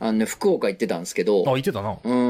福岡行ってたんですけど。 あ、行ってたな。 うん。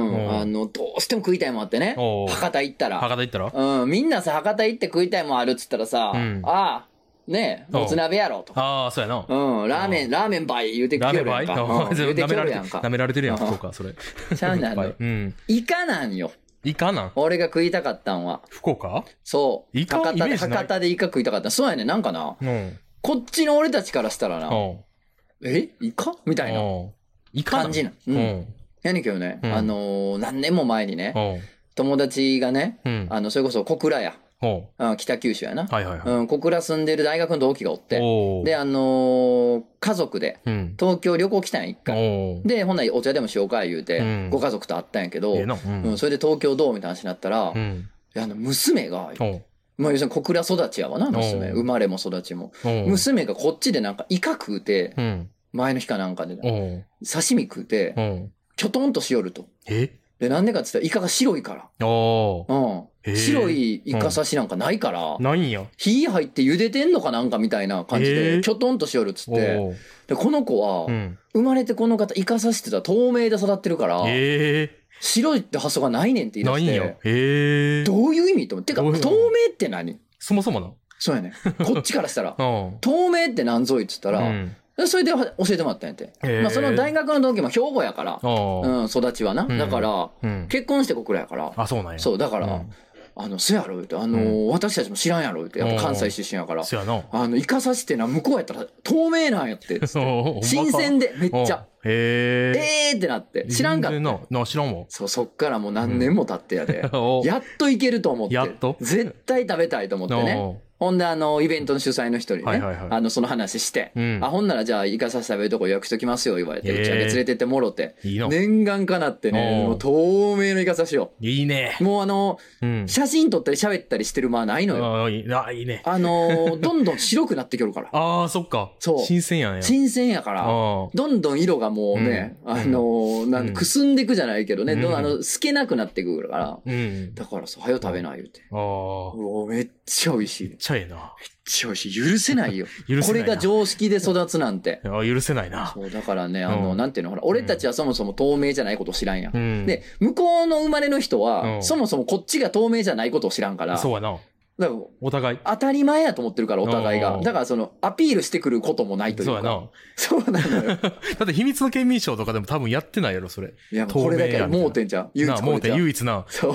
どうしても食いたいもんあってね。博多行ったら。 博多行ったらうん。みんなさ、博多行って食いたいもんあるっつったらさ、ああ、ねえ、もつ鍋やろとか。 ああ、そうやな。 うん。ラーメン倍言うてきよるやんか。言うてきよるやんか。 舐められてるやん、福岡、それ。 ちゃうなの。イカなんよ。 イカなん俺が食いたかったんは。 福岡そう。 イカ博多でイカ食いたかった。そうやね、なんかな。こっちの俺たちからしたらな。イカみたいな。 イカ感じな。うん。やねんけどね、何年も前にね、友達がね、それこそ小倉や。北九州やな。小倉住んでる大学の同期がおって。で、家族で、東京旅行来たんや、一回。で、ほんならお茶でもしようか、言うて、ご家族と会ったんやけど、それで東京どうみたいな話になったら、娘が、まあ、要するに小倉育ちやわな、娘。生まれも育ちも。娘がこっちでなんかイカ食うて、前の日かなんかで、刺身食うて、きょとんとしよると。で、なんでかって言ったらイカが白いから。白いイカ刺しなんかないから。 ないんや。 火入って茹でてんのかなんかみたいな感じで、きょとんとしよるっつって。で、この子は、生まれてこの方イカ刺してたら透明で育ってるから、白いって発想がないねんって言い出して。ないんや。どういう意味と思って。てか、透明って何？ そもそもな。 そうやね。こっちからしたら。透明って何ぞいって言ったら、それで教えてもらったんやて。まあその大学の同期も兵庫やから、育ちはな。だから、結婚してここらやから。 あ、そうなんや。 そう、だから、そやろ言うて、私たちも知らんやろ言うて、やっぱ関西出身やから。 そうやな。 イカ刺しってな、向こうやったら透明なんやって。新鮮で、めっちゃ。ってなって。知らんかった。 知らんわ。 そう、そっからもう何年も経ってやで。やっといけると思って。 やっと絶対食べたいと思ってね。ほんで、イベントの主催の人にね、その話して、ほんならじゃあ、イカ刺し食べるとこ予約しときますよ、言われて、打ち上げ連れてってもろて、念願かなってね、もう透明のイカ刺しを。 いいね。 もう写真撮ったり喋ったりしてる間ないのよ。 いいね。 どんどん白くなってきよるから。 ああ、そっか。そう。新鮮やね。 新鮮やから、どんどん色がもうね、くすんでくじゃないけどね、透けなくなってくるから、だからさ、早食べない言うて。めっちゃ美味しい。 めっちゃええな。めっちゃ美味しい。許せないよ。これが常識で育つなんて。 許せないな。 そう、だからね、なんていうの、ほら、俺たちはそもそも透明じゃないことを知らんやん。で、向こうの生まれの人は、そもそもこっちが透明じゃないことを知らんから。 そうやな。だからお互い。 当たり前やと思ってるから、お互いが。だからアピールしてくることもないというか。そうやな。そうなのよ。 だって秘密の県民賞とかでも多分やってないやろ、それ。 いや、これだけは盲点じゃん。 唯一。盲点、唯一な。 そう。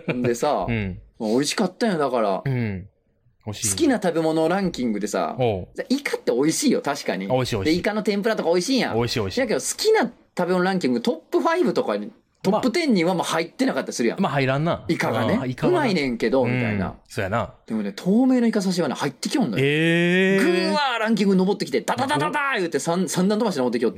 んでさ、美味しかったよ、だから。好きな食べ物ランキングでさ、イカって美味しいよ、確かに。 美味しい美味しい。 で、イカの天ぷらとか美味しいやん。 美味しい美味しい。 だけど好きな食べ物ランキングトップ5とかに、トップ10にはもう入ってなかったりするやん。 まあ入らんな。 イカがね。うまいねんけど、みたいな。 そうやな。 でもね、透明のイカ刺しはね、入ってきよんのよ。ぐーわーランキング登ってきて、ダダダダダー言って三段飛ばし登ってきよって。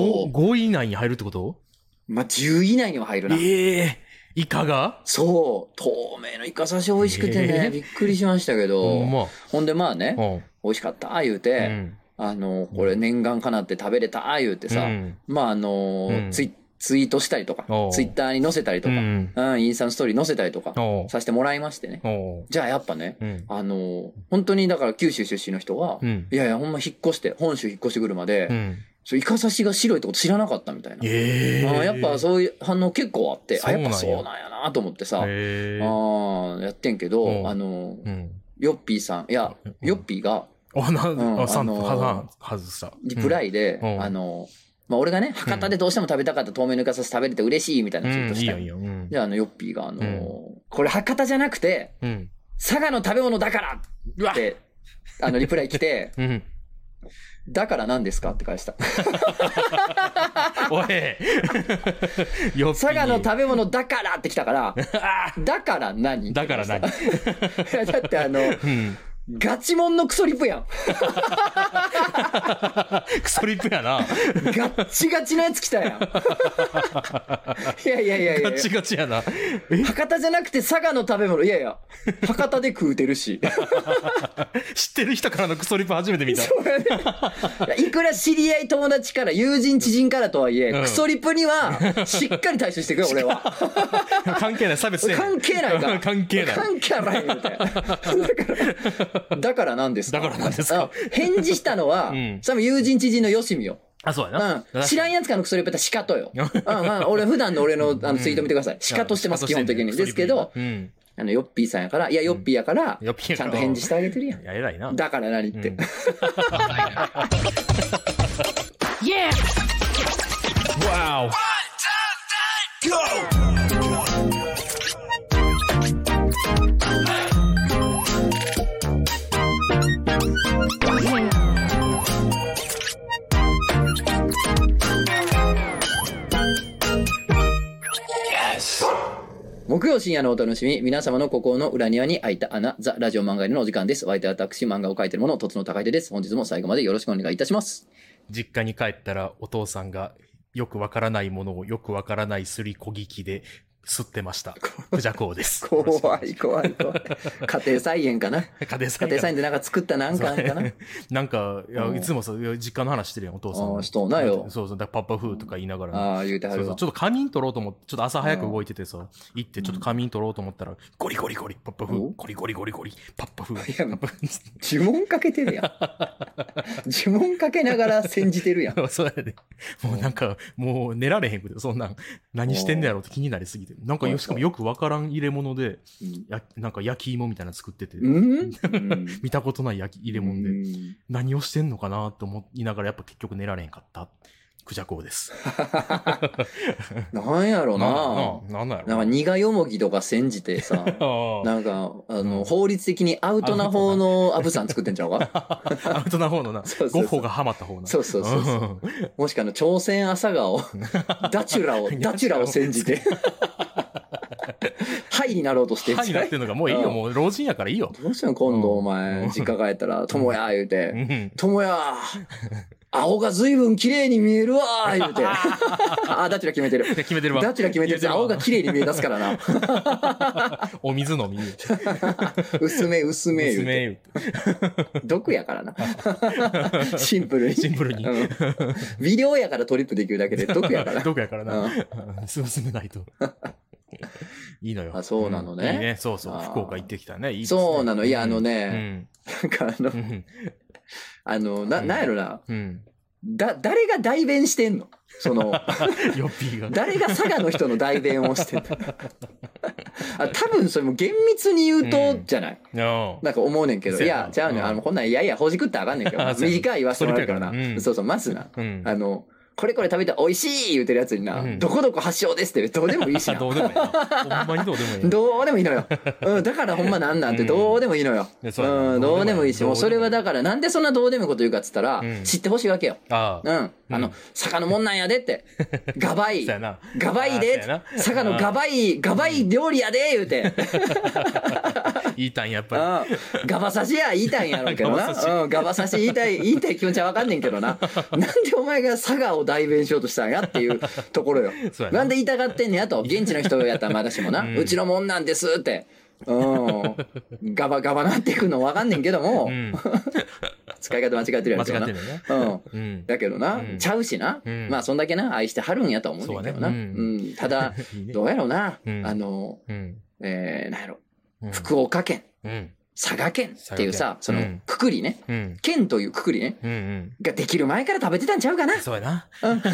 5位以内に入るってこと？ まあ、10位以内には入るな。 イカが？ そう。透明のイカ刺し美味しくてね、びっくりしましたけど。ほんでまあね、美味しかった言うて、これ念願かなって食べれた言うてさ、まあツイートしたりとか、ツイッターに載せたりとか、インスタのストーリー載せたりとか、させてもらいましてね。じゃあやっぱね、本当にだから九州出身の人が、いやいやほんま引っ越して、本州引っ越してくるまで、イカ刺しが白いってこと知らなかったみたいな。やっぱそういう反応結構あって、やっぱそうなんやなと思ってさ、やってんけど、ヨッピーさん、いや、ヨッピーが、リプライで、まあ俺がね、博多でどうしても食べたかった透明のイカ刺し食べれて嬉しいみたいなツイートした。じゃあヨッピーがこれ博多じゃなくて、佐賀の食べ物だからって、リプライ来て、だから何ですかって返した。 おい佐賀の食べ物だからって来たから、だから何だから何だってガチモンのクソリプやん。 クソリプやな。 ガッチガチのやつ来たやん。いや。 ガチガチやな。 博多じゃなくて佐賀の食べ物。いやいや。博多で食うてるし。 知ってる人からのクソリプ初めて見た。 そうやね。いくら知り合い友達から友人知人からとはいえ、クソリプにはしっかり対処してくよ、俺は。 関係ない、差別せん。 関係ないか。 関係ない。 関係ないみたいな。だから何ですか？ だから何ですか？ 返事したのは、それも友人知人のよしみよ。 あ、そうやな。 うん。知らんやつからのクソリップやったら鹿とよ。俺普段の俺のツイート見てください。鹿としてます、基本的に。ですけど、ヨッピーさんやから、いや、ヨッピーやから、ちゃんと返事してあげてるやん。 いや、偉いな。 だから何って。 Yeah! Wow! 木曜深夜のお楽しみ、皆様の心の裏庭に開いた穴、ザ・ラジオ漫画入りのお時間です。お相手は私、漫画を描いている者、とつの高出です。本日も最後までよろしくお願いいたします。 実家に帰ったらお父さんがよくわからないものをよくわからないすりこぎ機で吸ってました。クジャコウです。 怖い。家庭菜園かな。家庭菜園でなんか作ったなんかあんかな。 なんか、いつもさ、実家の話してるやん、お父さん。 あ、しとうなよ。 そう、だパパフーとか言いながら。 ああ、言うてはるわ。 そう、ちょっと仮眠取ろうと思って、ちょっと朝早く動いててさ、行ってちょっと仮眠取ろうと思ったら、ゴリゴリ、パパフー、ゴリゴリ、パパフー。 いや、呪文かけてるやん。呪文かけながら煎じてるやん。 そうやで。もうなんか、もう寝られへんくて、そんなん、何してんのやろうって気になりすぎて。なんか、しかもよくわからん入れ物で、なんか焼き芋みたいなの作ってて、見たことない入れ物で、何をしてんのかなと思いながらやっぱ結局寝られへんかった。クジャコウです。 なんやろな。 なんやろ。 なんか苦よもぎとか煎じてさ、なんか、法律的にアウトな方のアブさん作ってんちゃうかアウトな方のな。ゴッホがハマった方な。 そう。もしくは朝鮮朝顔、ダチュラを煎じて。ハイになろうとしてハイになってんのがもういいよ。もう老人やからいいよ。 どうしたの今度お前、実家帰ったら、友や言うて、友や青が随分綺麗に見えるわ言うて。あ、ダチュラ決めてる。 わ。 ダチュラ決めてる。青が綺麗に見え出すからな。 お水飲み。 薄め言うて。毒やからな。シンプルに。微量やからトリップできるだけで毒やから。 毒やからな。進めないと。いいのよ。 あ、そうなのね。 いいね。そう。福岡行ってきたね。いいですね。そうなの。いや、なんかなんやろな。誰が代弁してんのその、 ヨッピーが。 誰が佐賀の人の代弁をしてんの多分それも厳密に言うと、じゃない。なんか思うねんけど。いや、ちゃうねん。こんなん、いや、ほじくったらあかんねんけど。短い言わせてもらうからな。そう、まずな。これ食べたら美味しい言うてるやつにな、どこどこ発祥ですってどうでもいいしな。 どうでもいいな。ほんまにどうでもいい。 どうでもいいのよ。だからほんまなんてどうでもいいのよ。どうでもいいし、もうそれはだからなんでそんなどうでもいいこと言うかっつったら、知ってほしいわけよ。坂のもんなんやでって。ガバイで、坂のガバイ料理やで言うて。 言いたんやっぱり。ガバ刺しや言いたんやろうけどな。ガバ刺し言いたい気持ちはわかんねんけどな。なんでお前が佐賀を代弁しようとしたんやっていうところよ。なんで言いたがってんねやと。現地の人やったらまだしもな。うちのもんなんですって。ガバなっていくのわかんねんけども。使い方間違ってるやんけどな。だけどな、ちゃうしな。まあそんだけな、愛してはるんやと思うねんけどな。ただ、どうやろうな。なんやろ。福岡県。佐賀県っていうさ、その、くくりね。県というくくりね。ができる前から食べてたんちゃうかな。 そうやな。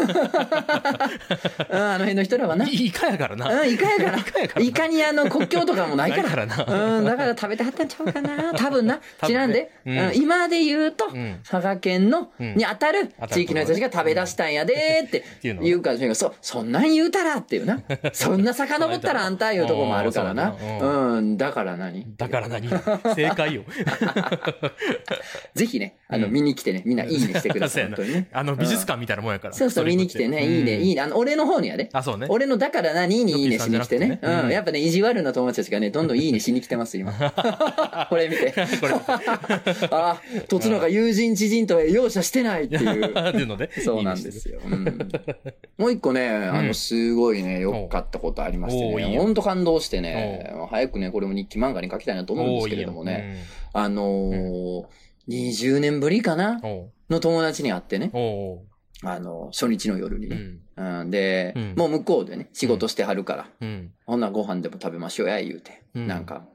あの辺の人らはな。 イカやからな。 イカやから。イカに国境とかもないから。だから食べてはったんちゃうかな。多分な。ちなんで、今で言うと、佐賀県の、に当たる地域の人たちが食べ出したんやでって言うから、そんなん言うたらっていうな。そんな遡ったらあんたいうとこもあるからな。だから何正解よ。 ぜひね、見に来てね、みんないいねしてください。本当にね。 美術館みたいなもんやから。 そう、見に来てね、いいね。俺の方にやで。 あ、そうね。 俺のだから何にいいねしに来てね。やっぱね、意地悪な友達たちがね、どんどんいいねしに来てます、今。これ見て。あ、とつのが友人知人とは容赦してないっていう。そうなんですよ。もう一個ね、すごいね、良かったことありましてね。ほんと感動してね、早くね、これも日記漫画に書きたいなと思うんですけれどもね。20年ぶりかなの友達に会ってね。初日の夜にね。で、もう向こうでね、仕事してはるから。ほんならご飯でも食べましょうや、言うて。なんか、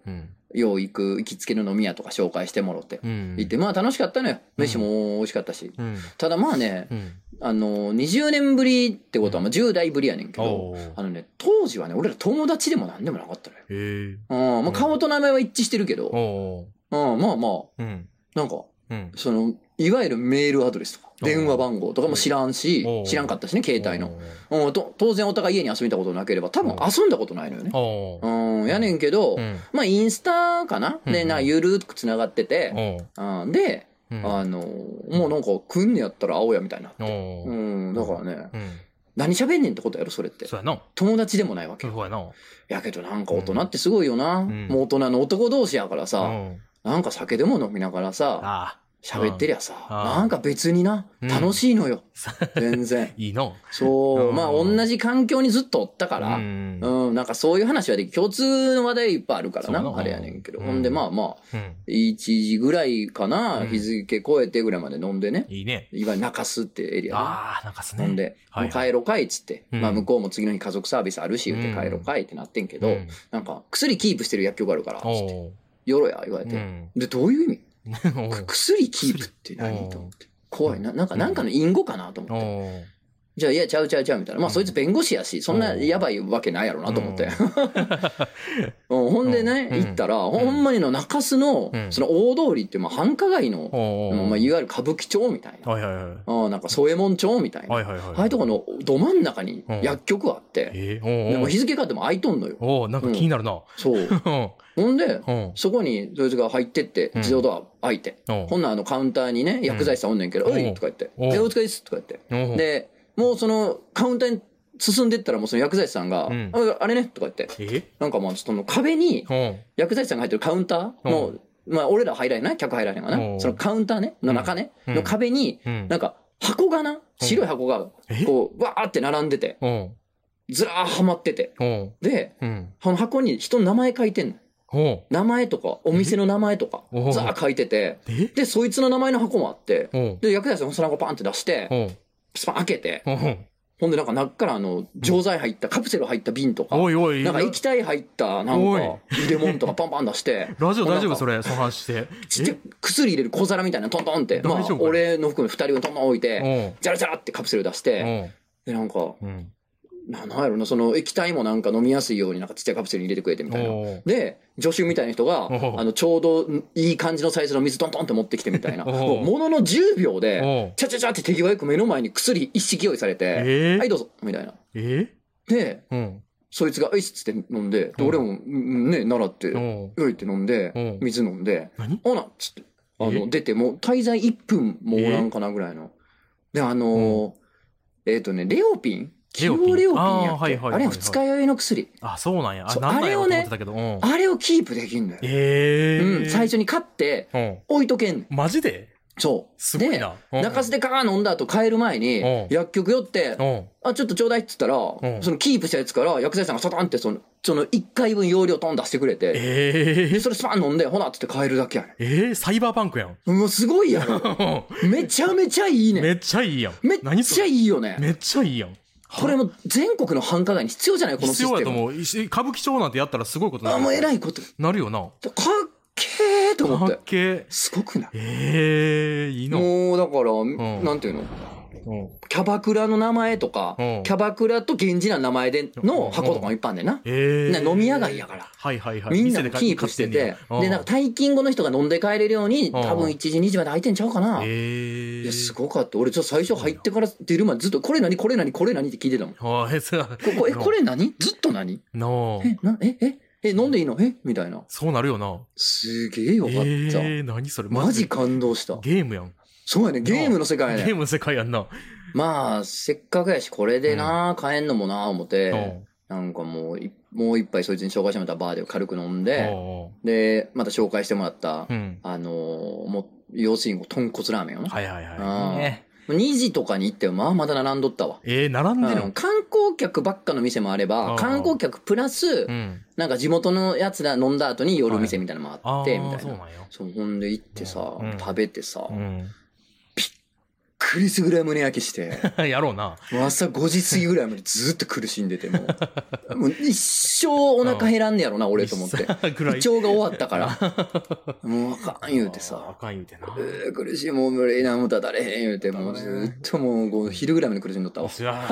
よう行きつけの飲み屋とか紹介してもろって、行って、まあ楽しかったのよ。飯も美味しかったし。ただまあね、20年ぶりってことは、まあ10代ぶりやねんけど、当時はね、俺ら友達でもなんでもなかったのよ。まあ顔と名前は一致してるけど、まあまあ、なんか、いわゆるメールアドレスとか、電話番号とかも知らんし、知らんかったしね、携帯の。当然お互い家に遊びに行ったことなければ、多分遊んだことないのよね。やねんけど、まあインスタかなで、ゆるーく繋がってて、で、もうなんか来んねやったら会おうやみたいになって。だからね、何喋んねんってことやろ、それって。友達でもないわけよ。やけどなんか大人ってすごいよな。もう大人の男同士やからさ、なんか酒でも飲みながらさ、喋ってりゃさ、なんか別にな、楽しいのよ。全然。 いいの。 そう。まあ同じ環境にずっとおったから、なんかそういう話はでき、共通の話題いっぱいあるからな、あれやねんけど。ほんでまあまあ、1時ぐらいかな、日付超えてぐらいまで飲んでね。 いいね。 いわゆる中洲ってエリアね。 中洲ね。 ほんで、もう帰ろうかいっつって、まあ向こうも次の日家族サービスあるし言って帰ろうかいってなってんけど、なんか薬キープしてる薬局あるから、つって。よろや、言われて。で、どういう意味薬キープって何と思って。怖いな。なんかの隠語かなと思って。じゃあ、いや、ちゃうみたいな。まあ、そいつ弁護士やし、そんなやばいわけないやろなと思って。ほんでね、行ったら、ほんまにの中洲の、その大通りって、まあ、繁華街の、まあ、いわゆる歌舞伎町みたいな。なんか、添右衛門町みたいな。ああいうとこのど真ん中に薬局あって、でも日付変わっても開いとんのよ。 なんか気になるな。 そう。ほんで、そこにそいつが入ってって、自動ドア開いて、ほんならカウンターにね、薬剤師さんおんねんけど、おいとか言って、お疲れですとか言って。で、もうそのカウンターに進んでったらもうその薬剤師さんが、あれねとか言って、なんかもうその壁に、薬剤師さんが入ってるカウンターの、まあ俺ら入らへんな、客入らへんかな。そのカウンターね、の中ね、の壁に、なんか箱がな、白い箱が、こう、わーって並んでて、ずらーはまってて。で、この箱に人の名前書いてんの。名前とか、お店の名前とか、ザー書いてて、で、そいつの名前の箱もあって、で、薬剤師さんその箱パンって出して、スパン開けて、ほんでなんか中から錠剤入った、カプセル入った瓶とか、なんか液体入った、なんか、入れ物とかパンパン出して、 ラジオ大丈夫それ、その話して。 ちっちゃい薬入れる小皿みたいなトントンって、まあ、俺の服に2人分トントン置いて、ジャラジャラってカプセル出して、で、なんか、なんやろな、その液体もなんか飲みやすいようになんかちっちゃいカプセルに入れてくれてみたいな。で、助手みたいな人が、ちょうどいい感じのサイズの水トントンって持ってきてみたいな。ものの10秒で、チャチャチャって手際よく目の前に薬一式用意されて、はいどうぞみたいな。で、そいつが、ういっつって飲んで、俺もね、習って、ういって飲んで、水飲んで、おなっつって、出て、もう滞在1分もおらんかなぐらいの。で、レオピンキオレオピンやっけ、あれは二日酔いの薬。 あ、そうなんや。 あれをね、あれをキープできんのよ。最初に買って、置いとけんの。 マジで？ そう。 すごいな。 中洲でカー飲んだ後帰る前に、薬局寄って、ちょっとちょうだいっつったら、そのキープしたやつから薬剤師さんがサタンってその1回分容量トン出してくれて、で、それスパン飲んで、ほなっつって帰るだけやねん。サイバーパンクやん。 もうすごいやろ。めちゃめちゃいいね。 めっちゃいいやん。 めっちゃいいよね。 めっちゃいいやん。 これも全国の繁華街に必要じゃないこのシステム。 必要やと思う。歌舞伎町なんてやったらすごいことになる。 もう偉いこと。 なるよな。 かっけーと思って。 かっけー。 すごくない？ いいの。 もうだから、なんていうの？キャバクラの名前とか、キャバクラと源氏な名前での箱とかもいっぱいあんねんな。飲み屋街やから。みんなキープしてて、で、なんか退勤後の人が飲んで帰れるように、多分1時2時まで開いてんちゃうかな。いや、すごかった。俺ちょっと最初入ってから出るまでずっと、これ何って聞いてたもん。これ何ずっと何飲んでいいのみたいな。 そうなるよな。 すげえよかった。 何それマジ感動した。 ゲームやん。 そうやね、ゲームの世界やね。 ゲームの世界やんな。 まあ、せっかくやし、これでな、買えんのもな、思って、なんかもう一杯そいつに紹介してもらったバーで軽く飲んで、で、また紹介してもらった、もう、要するに豚骨ラーメンよな。2時とかに行っても、まだ並んどったわ。 並んでる。 観光客ばっかの店もあれば、観光客プラス、なんか地元のやつら飲んだ後に夜店みたいなのもあって、みたいな。そう、ほんで行ってさ、食べてさ、びっくくりすぐらい胸焼けして。 やろうな。 もう朝5時過ぎぐらいまでずっと苦しんでて、もう一生お腹減らんねやろな、俺と思って。胃腸が終わったから。もうあかん言うてさ。 あかん言うてな。 苦しい、もう無理な、もうただれへん言うて、もうずっともう昼ぐらいまで苦しんどったわ。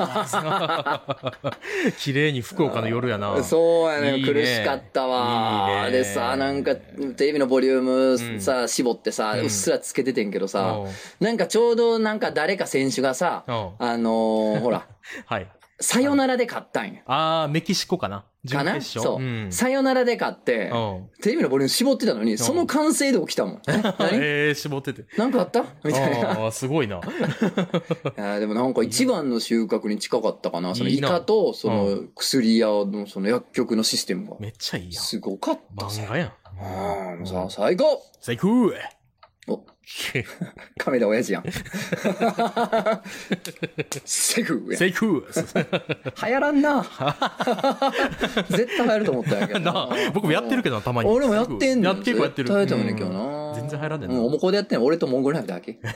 綺麗に福岡の夜やな。 そうやね、苦しかったわ。でさ、なんかテレビのボリュームさ、絞ってさ、うっすらつけててんけどさ、なんかちょうどなんか誰か選手がさ、ほら、はい。サヨナラで勝ったんや。 メキシコかな準決勝そう。サヨナラで勝って、テレビのボリューム絞ってたのに、その歓声で起きたもん。 絞ってて。 なんかあったみたいな。 すごいな。 でもなんか一番の収穫に近かったかな。そのイカと、その薬屋のその薬局のシステムが。 めっちゃいいやん。 すごかった漫画やん。 さあ、最高最高お亀田親父やん。セグやん。 セグ流行らんな。絶対流行ると思ったんやけどな。 僕もやってるけどな、たまに。 俺もやってんの。 結構やってる。 絶対やってんけどな。 全然流行らんねんな。 おもこでやってんの。俺とモンゴルライフだけ。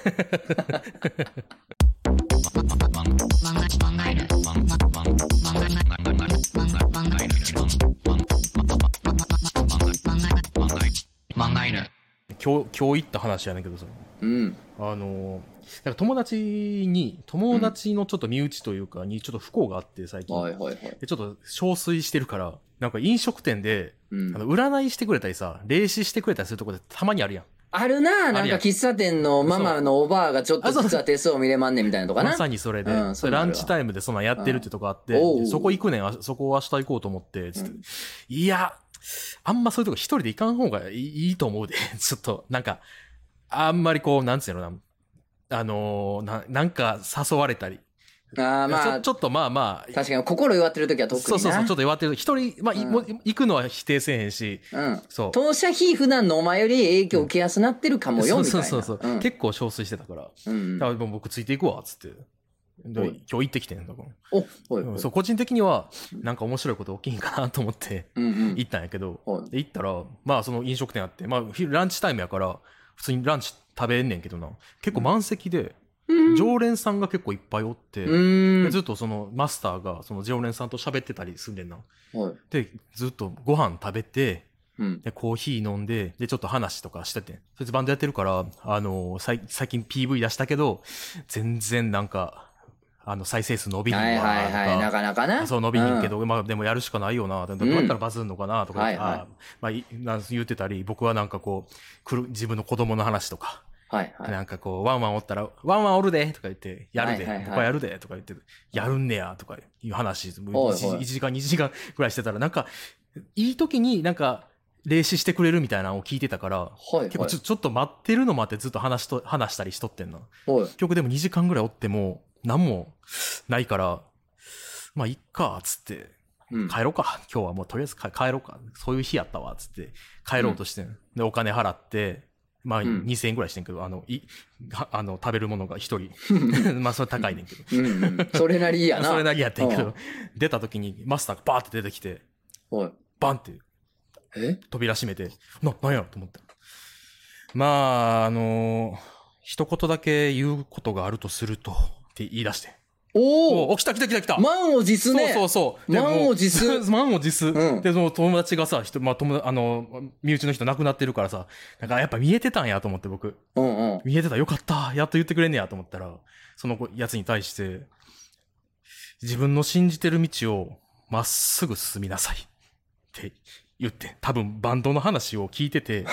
今日行った話やねんけどさ、なんか友達のちょっと身内というかにちょっと不幸があって最近、でちょっと憔悴してるから、なんか飲食店で、占いしてくれたりさ、霊視してくれたりするとこでたまにあるやん。 あるな、なんか喫茶店のママのおばあがちょっと実は手相見れまんねんみたいなとかな。 まさにそれで、ランチタイムでそんなんやってるってとこあって、そこ行くねん、そこ明日行こうと思って、つって、いや、あんまそういうとこ一人で行かん方がいいと思うで。ちょっと、なんか、あんまりこう、なんつうのな、なんか誘われたり。まあ。ちょっとまあまあ。 確かに心弱ってる時は特にな。 そう、ちょっと弱ってる。一人、まあ、行くのは否定せえへんし。 そう。当社費普段のお前より影響受けやすなってるかもよ、みたいな。 そう。結構憔悴してたから。だから僕ついていくわ、つって。今日行ってきてんだから。そう、個人的には、なんか面白いこと起きんかなと思って、行ったんやけど、行ったら、まあその飲食店あって、まあランチタイムやから、普通にランチ食べんねんけどな、結構満席で、常連さんが結構いっぱいおって、ずっとそのマスターがその常連さんと喋ってたりすんねんな。で、ずっとご飯食べて、で、コーヒー飲んで、で、ちょっと話とかしてて。そいつバンドやってるから、最近 PV 出したけど、全然なんか、再生数伸びひんわなかなかな。 そう伸びひんけど、まあでもやるしかないよな。どうやったらバズんのかなとか言ってたり、僕はなんかこう、自分の子供の話とか、なんかこう、ワンワンおったら、ワンワンおるでとか言って、やるで、僕はやるでとか言って、やるんねやとかいう話、1時間、2時間くらいしてたら、なんか、いい時になんか、霊視してくれるみたいなのを聞いてたから、結構ちょっと待ってるの待ってずっと話したりしとってんな。結局でも2時間ぐらいおっても、なんもないから、まあ、いっか、つって、帰ろうか。今日はもうとりあえず帰ろうか。そういう日やったわ、つって、帰ろうとしてん。で、お金払って、まあ、2000円ぐらいしてんけど、食べるものが一人。まあ、それ高いねんけど。それなりやな。 それなりやってんけど、出た時にマスターがバーって出てきて、バンって、扉閉めて、なんやろと思った。まあ、一言だけ言うことがあるとすると、って言い出して。来た。 満を持すね。 そう。 満を持す。 満を持す。で、その友達がさ、身内の人亡くなってるからさ、なんかやっぱ見えてたんやと思って僕。見えてた、よかった。やっと言ってくれんねやと思ったら、そのやつに対して、自分の信じてる道をまっすぐ進みなさい。って言って、多分バンドの話を聞いてて、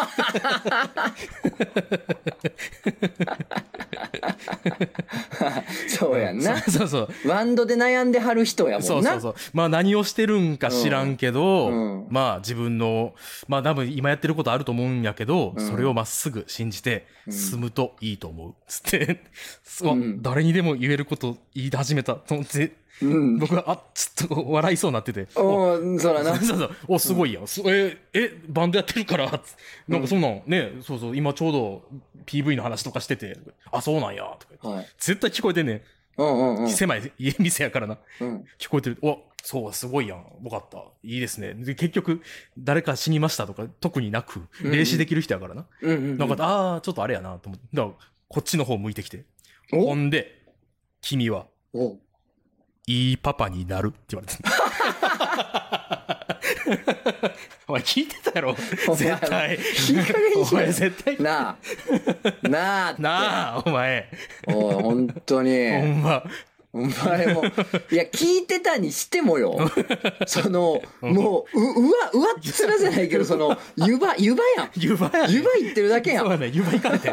そうやんな。 そう。 バンドで悩んではる人やもんな。 そう。まあ何をしてるんか知らんけど、まあ自分の、まあ多分今やってることあると思うんやけど、それをまっすぐ信じて進むといいと思う。つって、誰にでも言えること言い始めたと思って、僕は、ちょっと笑いそうになってて。 そうだな。 そう。すごいやん。バンドやってるから、なんかそんなんね、そう、今ちょうど PV の話とかしてて、そうなんや、とか。絶対聞こえてんねん。狭い店やからな。聞こえてる。そう、すごいやん。よかった。いいですね。で結局、誰か死にましたとか、特になく、霊視できる人やからな。なんか、ちょっとあれやな、と思って。だから、こっちの方向いてきて。 ほんで、君は、いいパパになるって言われてお前聞いてたやろ絶対。 いい加減にしろ。 お前絶対。 なあ、お前。 おい、本当に。 ほんま。 お前も、いや、聞いてたにしてもよ。もう、上っ面じゃないけど、湯葉やん。 湯葉言ってるだけやん。 そうね、湯葉行かれてん。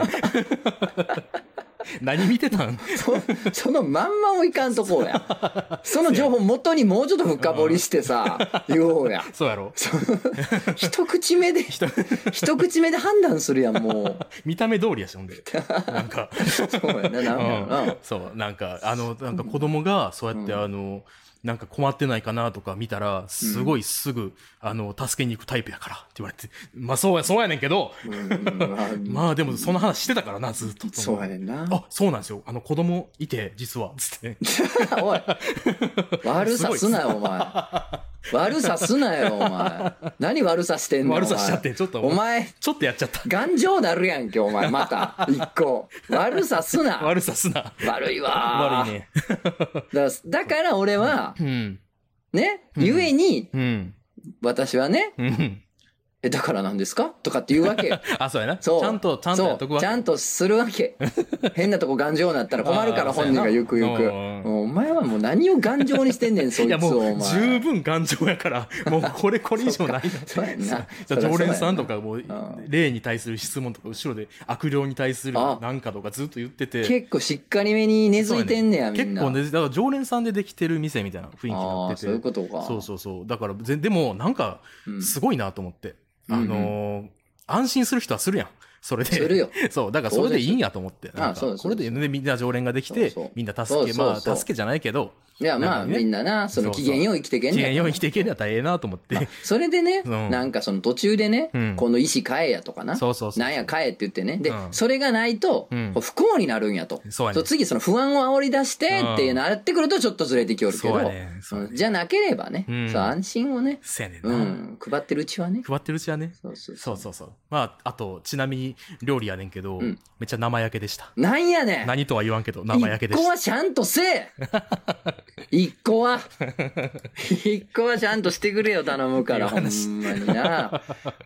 何見てたんそのまんまもいかんとこうや。その情報元にもうちょっと深掘りしてさ、言おうや。 そうやろ。 一口目で判断するやん、もう。 見た目通りやし、ほんで。なんか。 そうやな、なんかそう、なんか子供がそうやってなんか困ってないかなとか見たら、すごいすぐ、助けに行くタイプやからって言われて。まあそうやねんけど、まあでもその話してたからな、ずっと。 そうやねんな。 あ、そうなんですよ。子供いて、実は、つって。 おい。悪さすなよ、お前。悪さすなよ、お前。何悪さしてんの？ 悪さしちゃって、ちょっと。 お前。 ちょっとやっちゃった。 頑丈なるやんけ、お前。また。一個。悪さすな。 悪さすな。 悪いわ。 悪いね。 だから俺は、ね、ゆえに、私はね、だからなんですかとかって言うわけ。 あ、そうやな。 そう。 ちゃんとやっとくわけ。 ちゃんとするわけ。変なとこ頑丈になったら困るから本人がゆくゆく。お前はもう何を頑丈にしてんねん、そいつを。いやもう十分頑丈やから、もうこれ以上ない。 そうやんな。 常連さんとかも、霊に対する質問とか、後ろで悪霊に対するなんかとかずっと言ってて。 結構しっかりめに根付いてんねや、みんな。 結構根付いて、だから常連さんでできてる店みたいな雰囲気になってて。 そういうことか。 そう。だから、でもなんか、すごいなと思って。安心する人はするやん。それで。 するよ。 そう。だからそれでいいんやと思って。 そうこれでみんな常連ができて、みんな助けじゃないけど。 いや、まあ、みんなな、機嫌よう生きてけんねん。 機嫌よう生きてけんねやったらええなと思って。 それでね、なんか途中でね、この石買えやとかな。なんや買えって言ってね。で、それがないと、不幸になるんやと。次不安を煽り出してってなってくるとちょっとずれてきおるけど、じゃなければね、安心をね、配ってるうちはね。 そう。まあ、あと、ちなみに料理やねんけど、めっちゃ生焼けでした。 なんやねん。 何とは言わんけど、生焼けでした。 一個はちゃんとせえ一個はちゃんとしてくれよ、頼むから、ほんまにな。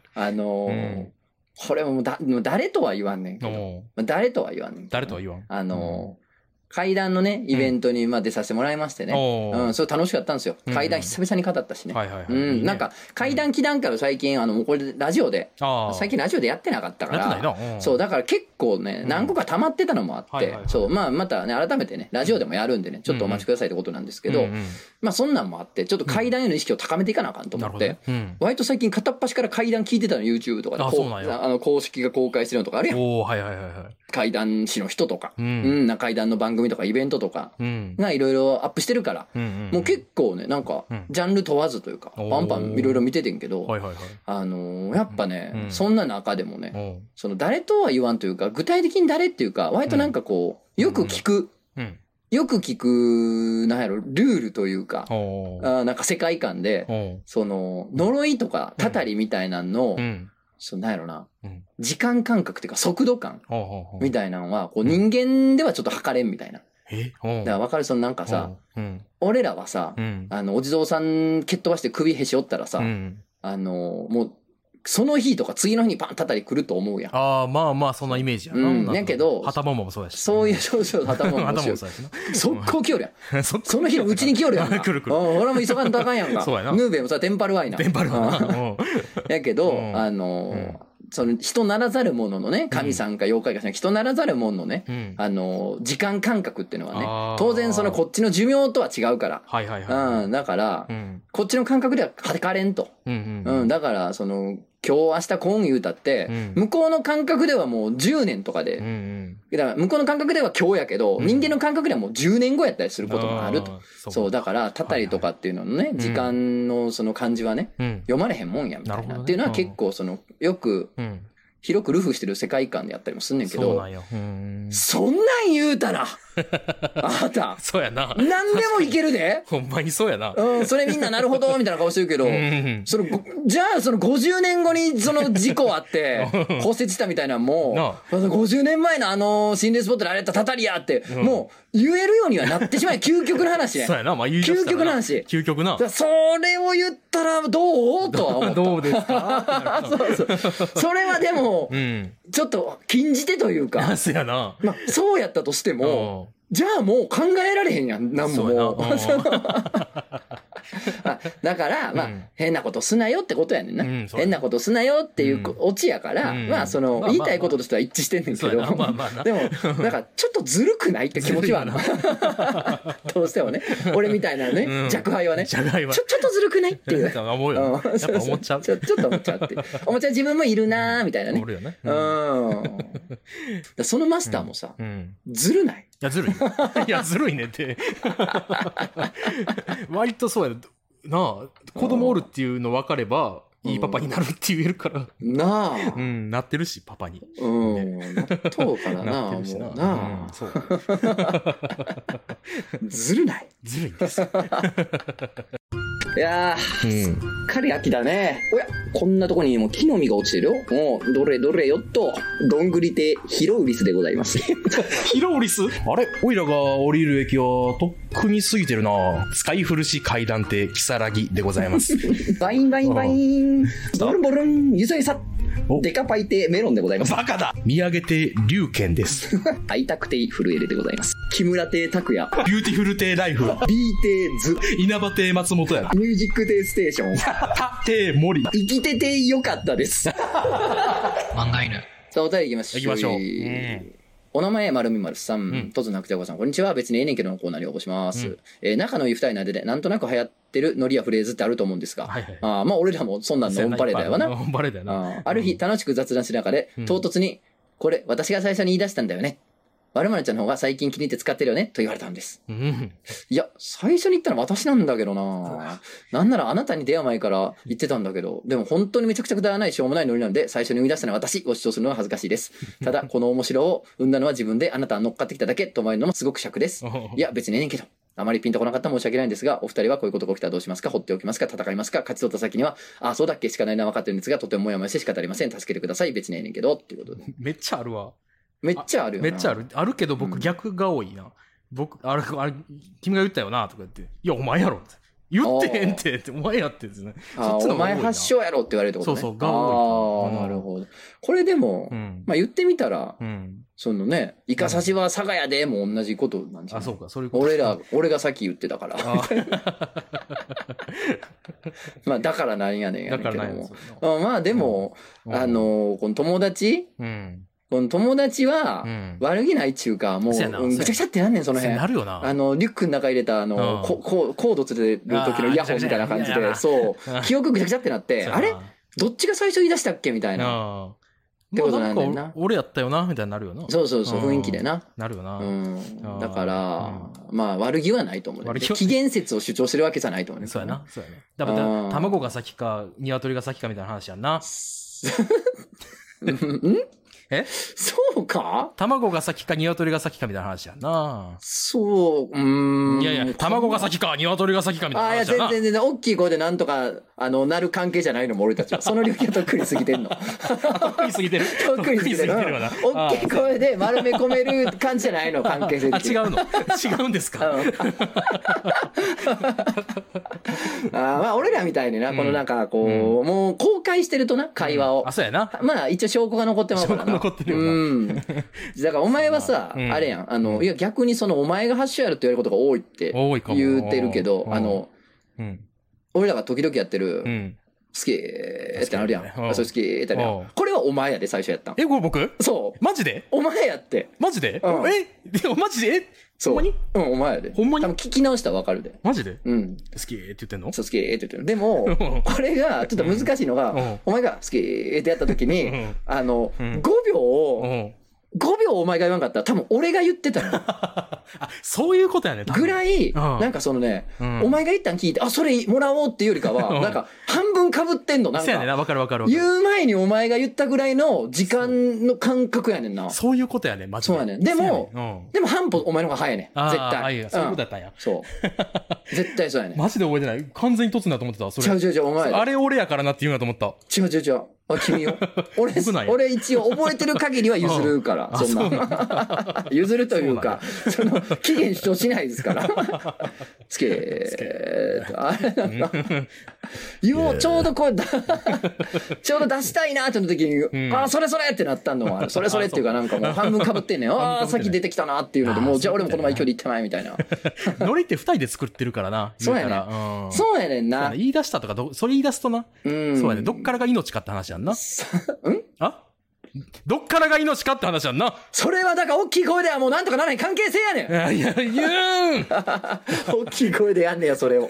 これも誰とは言わんねんけど。誰とは言わん。階段のね、イベントに出させてもらいましてね。それ楽しかったんですよ。階段久々に語ったしね。なんか、階段祈願から最近、これラジオで、最近ラジオでやってなかったから、そう、だから結構ね、何個か溜まってたのもあって、そう、またね、改めてね、ラジオでもやるんでね、ちょっとお待ちくださいってことなんですけど、そんなんもあって、ちょっと階段への意識を高めていかなあかんと思って、割と最近片っ端から階段聞いてたの、YouTube とかで、公式が公開してるのとかあるやん。階段師の人とか、階段の番組とかイベントとかがいろいろアップしてるから、もう結構ね、なんか、ジャンル問わずというか、パンパンいろいろ見ててんけど、やっぱね、そんな中でもね、誰とは言わんというか、具体的に誰っていうか、割となんかこう、よく聞く、なんやろ、ルールというか、なんか世界観で、呪いとか、たたりみたいなのを、なんやろな、時間感覚っていうか速度感みたいなのは、こう人間ではちょっと測れんみたいな。だから分かる、なんかさ、俺らはさ、お地蔵さん蹴っ飛ばして首へし折ったらさ、もう、その日とか次の日にパンたたり来ると思うやん。 まあ、そんなイメージやな。 やけど、 はたももそうやし。 そういう、はたもももそうやし。速攻来よるやん。その日のうちに来よるやん。 来る。 俺も急がんとあかんやんか。 そうやな。 ヌーベもさ、テンパるわいな。 テンパるわな。 やけど、人ならざるもののね、神さんか妖怪かしら人ならざるもののね、時間感覚っていうのはね、当然こっちの寿命とは違うから。だから、こっちの感覚では測れんと。だから、今日明日今言うたって、向こうの感覚ではもう10年とかで、だから向こうの感覚では今日やけど、人間の感覚ではもう10年後やったりすることもあると。そう、だから、たたりとかっていうののね、時間のその漢字はね、読まれへんもんやみたいな。っていうのは結構よく広くルフしてる世界観でやったりもすんねんけど。 そうなんよ。 そんなん言うたら、あなた。 そうやな。 何でもいけるで。 ほんまにそうやな。 それみんななるほど、みたいな顔してるけど、じゃあその50年後にその事故あって、骨折したみたいなのも、50年前の心霊スポットであれやったたたりやって、もう言えるようにはなってしまい、究極の話ね。 そうやな、まあ究極の話。 究極な。 それを言ったらどうとは思った。 どうですかそうそう。それはでも、ちょっと禁じ手というか、 そうやな。 まあ、そうやったとしても、じゃあもう考えられへんやん、なんももう。だから、まあ、変なことすなよってことやねんな。変なことすなよっていうオチやから、まあ、言いたいこととしては一致してんねんけど、でも、なんか、ちょっとずるくないって気持ちはあるな。どうしてもね。俺みたいなね、弱敗はね。ちょっとずるくないっていう。 思うよ。やっぱ思っちゃう。 ちょっと思っちゃうって。思っちゃう自分もいるなーみたいなね。そのマスターもさ、ずるない？ いや、ずるい。いや、ずるいねって。割とそうやなあ、子供おるっていうの分かれば、いいパパになるって言えるから。 なあ。 なってるし、パパに。 なっとうからな、もうな。そう。ずるない。 ずるいんですよ。 いやー、すっかり秋だね。おや、こんなとこにも木の実が落ちてるよ。もう、どれどれよっと、どんぐり亭ヒロウリスでございます。 ヒロウリス？あれ？おいらが降りる駅はとっくに過ぎてるな。使い古し階段亭キサラギでございます。 バインバインバイン。ボルンボルン、ゆずいさ。デカパイ亭メロンでございます。 バカだ！見上げ亭龍賢です。 会いたく亭震えるでございます。木村亭拓也。 ビューティフル亭ライフ。 B 亭ズ。 稲葉亭松本や。 ミュージック亭ステーション。 タ亭森。 生きててよかったです。 漫画犬。 さあ、お便り行きましょう。お名前、まるみまるさん、とずなくちゃこさん、こんにちは。別にええねんけどのコーナーに応募します。仲のいい二人の間で、なんとなく流行ってるノリやフレーズってあると思うんですが、まあ、俺らもそんなんのオンパレードやわな。 オンパレードやな。 ある日、楽しく雑談しながら、唐突に、これ、私が最初に言い出したんだよね。〇〇ちゃんの方が最近気に入って使ってるよねと言われたんです。いや、最初に言ったのは私なんだけどな。なんならあなたに出会う前から言ってたんだけど、でも本当にめちゃくちゃくだらないしょうもないノリなので、最初に生み出したのは私を主張するのは恥ずかしいです。ただ、この面白を生んだのは自分で、あなたは乗っかってきただけと思えるのもすごく尺です。いや、別にええねんけど。あまりピンとこなかったら申し訳ないんですが、お二人はこういうことが起きたらどうしますか？放っておきますか？戦いますか？勝ち取った先には、あ、そうだっけしかないのは分かってるんですが、とてももやもやして仕方ありません。助けてください。別にええねんけど。っていうことで。 めっちゃあるわ。 めっちゃあるよな。 めっちゃある。あるけど僕逆が多いな。あれ、君が言ったよなとか言って、いや、お前やろって。言ってへんって、お前やってですね。 そっちのお前発祥やろって言われるってことね。 そうそう、が多い。なるほど。これでも、まあ言ってみたら、そのね、イカ刺しは佐賀やでも同じことなんじゃない？ あ、そうか、そういうこと。 俺がさっき言ってたから。まあだからなんやねんやねんけども。まあでも、この友達この友達は、悪気ないっちゅうか、もう、ぐちゃぐちゃってなんねん、その辺。 なるよな。 リュックの中入れた、コードつれる時のイヤホンみたいな感じで、そう、記憶ぐちゃぐちゃってなって、あれどっちが最初言い出したっけみたいな。ってことなんだよな。 俺やったよなみたいになるよな。 そうそうそう、雰囲気でな。 なるよな。 だから、まあ、悪気はないと思う。起源説を主張してるわけじゃないと思う。 そうやな。そうやね。だから、卵が先か、鶏が先かみたいな話やんな。え？ そうか？ 卵が先か鶏が先かみたいな話やんな。 そう、 いやいや、卵が先か鶏が先かみたいな話やな。 いや、全然、大きい声でなんとか、なる関係じゃないのも俺たちは。その領域はとっくに過ぎてんの。 とっくに過ぎてる？ とっくに過ぎてるわな。大きい声で丸め込める感じじゃないの、関係性的に。 違うの？違うんですか？ まあ、俺らみたいにな、このなんか、こう、もう公開してるとな、会話を。 そうやな。 まあ、一応証拠が残ってますからな。 残ってるよな。 だからお前はさ、あれやん、いや逆にそのお前が発祥やるって言われることが多いって言ってるけど、俺らが時々やってる、好きってなるやん。そう好きってなるやん。これはお前やで最初やったん。 これ僕？ そう。 マジで？ お前やって。 マジで？マジで？ そう。ほんまに？お前やで。 ほんまに？ 多分聞き直したらわかるで。 マジで？ 好きって言ってんの？ そう、好きって言ってる。でも、これがちょっと難しいのが、お前が好きってやった時に、5秒を、 5秒お前が言わんかったら多分俺が言ってたの。 あ、そういうことやね。 ぐらい、なんかそのね、お前が言ったん聞いて、あ、それもらおうっていうよりかは、なんか半分被ってんの、なんか。 そうやねんな、わかるわかるわかる。 言う前にお前が言ったぐらいの時間の感覚やねんな。 そういうことやねん、マジで。 そうやねん。でも半歩お前の方が早いねん。絶対。 そういうことやったんや。 そう。絶対そうやねん。 マジで覚えてない。完全に突なと思ってた、それ。 違う、お前。 あれ俺やからなって言うんやと思った。 違う。あ、君よ。俺一応覚えてる限りは譲るから、そんな。譲るというか、その、期限主張しないですから。つけー。あれなんか、ちょうどこう、ちょうど出したいなっての時に、あ、それってなったのは、それっていうかなんかもう半分被ってんねん。ああ、さっき出てきたなっていうので、もうじゃあ俺もこの前距離行ってないみたいな。 ノリって二人で作ってるからな。 そうやねん。そうやねんな。 言い出したとか、それ言い出すとな。そうやねん。どっからが命かって話やんな。あどっからが命かって話やんな。 それはだから大きい声ではもうなんとかならない関係性やねん。 いや、言うん大きい声でやんねや、それを。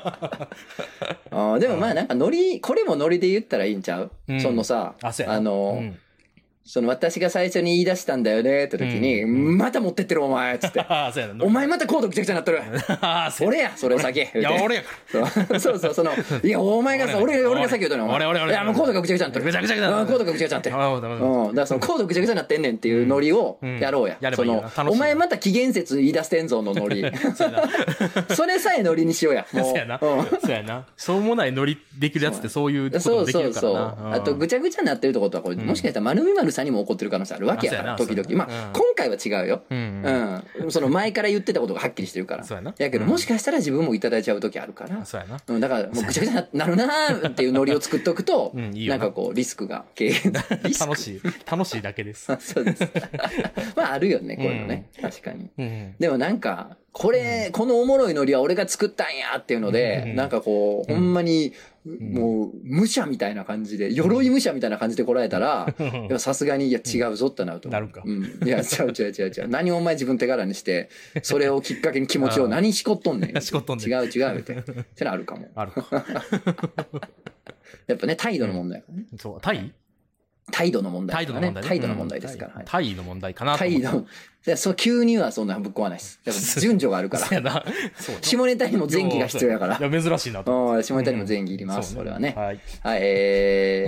でもまあなんかこれもノリで言ったらいいんちゃう、そのさ、その私が最初に言い出したんだよねって時に、また持ってってるお前っつって。お前またコードぐちゃぐちゃになっとる。俺や、それ先。いや、俺やから。そう、いや、お前がさ、俺が先言うとね。 俺。 いや、もうコードがぐちゃぐちゃになってる。 ぐちゃぐちゃになってる。 コードがぐちゃぐちゃになってる。だからそのコードぐちゃぐちゃになってんねんっていうノリをやろうや。その、お前また起源説言い出してんぞのノリ。それさえノリにしようや。 そうやな。そうやな。しょうもないノリできるやつってそういうこともできるからな。 あと、ぐちゃぐちゃになってるとことは、これ、もしかしたら丸み丸さんにも怒ってる可能性あるわけやから、時々。まあ、今回は違うよ。その前から言ってたことがはっきりしてるから。やけど、もしかしたら自分もいただいちゃう時あるから。 そうやな。 だから、もうぐちゃぐちゃになるなーっていうノリを作っておくと、なんかこう、リスクが軽減。 楽しいだけです。 そうです。まあ、あるよね、こういうのね。確かに。でもなんか、このおもろいノリは俺が作ったんやっていうので、なんかこう、ほんまに、もう、武者みたいな感じで、鎧武者みたいな感じで来られたら、さすがに、いや、違うぞってなると。 なるか。 いや、違う。何をお前自分手柄にして、それをきっかけに気持ちを何しこっとんねん。 しこっとんねん。 違う、って。ってのあるかも。 あるか。 やっぱね、態度の問題ね。 そう、 態度の問題ですから。 態度の問題かな。 態度。急にはそんなぶっ壊ないです。やっぱ順序があるから。下ネタにも前儀が必要やから。 いや、珍しいなと。 下ネタにも前儀いります。それはね。はい。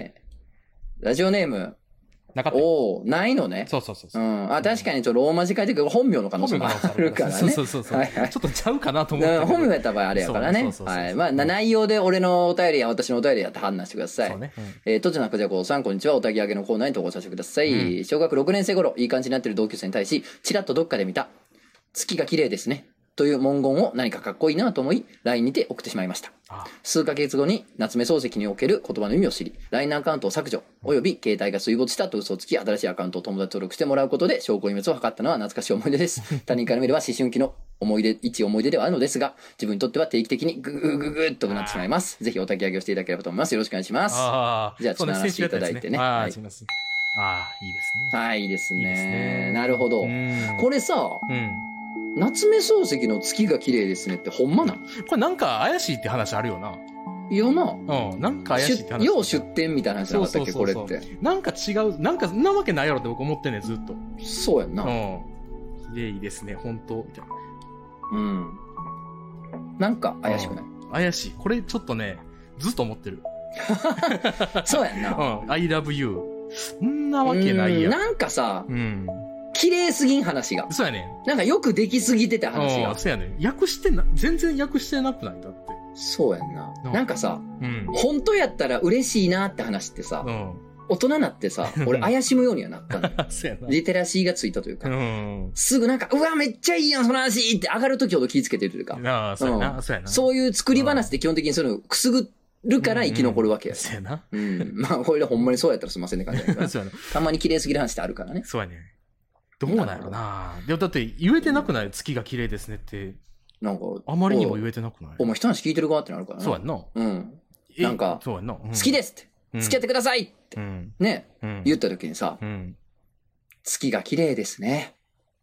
ラジオネーム。ないのね。 そう。 確かにローマ字書いてるけど本名の可能性もあるからね。 そう。ちょっとちゃうかなと思って。 本名やった場合あれやからね。はい。まあ、内容で俺のお便りや私のお便りやって判断してください。そうね。とちなくじゃこさん、こんにちは。おたぎあげのコーナーに投稿させてください。小学6年生頃、いい感じになってる同級生に対し、ちらっとどっかで見た、月が綺麗ですね。という文言を何かかっこいいなと思い、LINE にて送ってしまいました。数ヶ月後に夏目漱石における言葉の意味を知り、LINE アカウントを削除、および携帯が水没したと嘘をつき、新しいアカウントを友達登録してもらうことで証拠隠滅を図ったのは懐かしい思い出です。他人から見れば思春期の一思い出ではあるのですが、自分にとっては定期的にグっとなってしまいます。ぜひお焚き上げをしていただければと思います。よろしくお願いします。じゃあ、ちょっと鳴らしていただいてね。 いいですね。 いいですね。なるほど。これさ、夏目漱石の月が綺麗ですねってほんまなん？ これなんか怪しいって話あるよな。 いやな。 なんか怪しいって話。 要出店みたいな話じゃなかったっけ、これって。 なんか違う、なんかそんなわけないやろって僕思ってんねん、ずっと。 そうやんな。 綺麗ですね、本当みたいな。なんか怪しくない？ 怪しい。これちょっとね、ずっと思ってる。 そうやんな。 I love you。そんなわけないやん。 なんかさ、綺麗すぎん話が。 そうやねん。なんかよくできすぎてた話が。 そうやねん。全然訳してなくないだって。 そうやんな。なんかさ、本当やったら嬉しいなって話ってさ、大人になってさ、俺怪しむようにはなったの。リテラシーがついたというか、すぐなんか、うわ、めっちゃいいやん、その話って上がるときほど気ぃつけてるというか、そういう作り話って基本的にそういうのくすぐるから生き残るわけや。 そうやな。 まあ、これでほんまにそうやったらすいませんね感じだけど、たまに綺麗すぎる話ってあるからね。 そうやね。どうなんやろな。でもだって言えてなくない？月が綺麗ですねって。なんか、あまりにも言えてなくない？ お前一話聞いてる側ってなるからね。 そうやんな。 なんか、好きですって、付き合ってくださいって、ね、言った時にさ、月が綺麗ですね。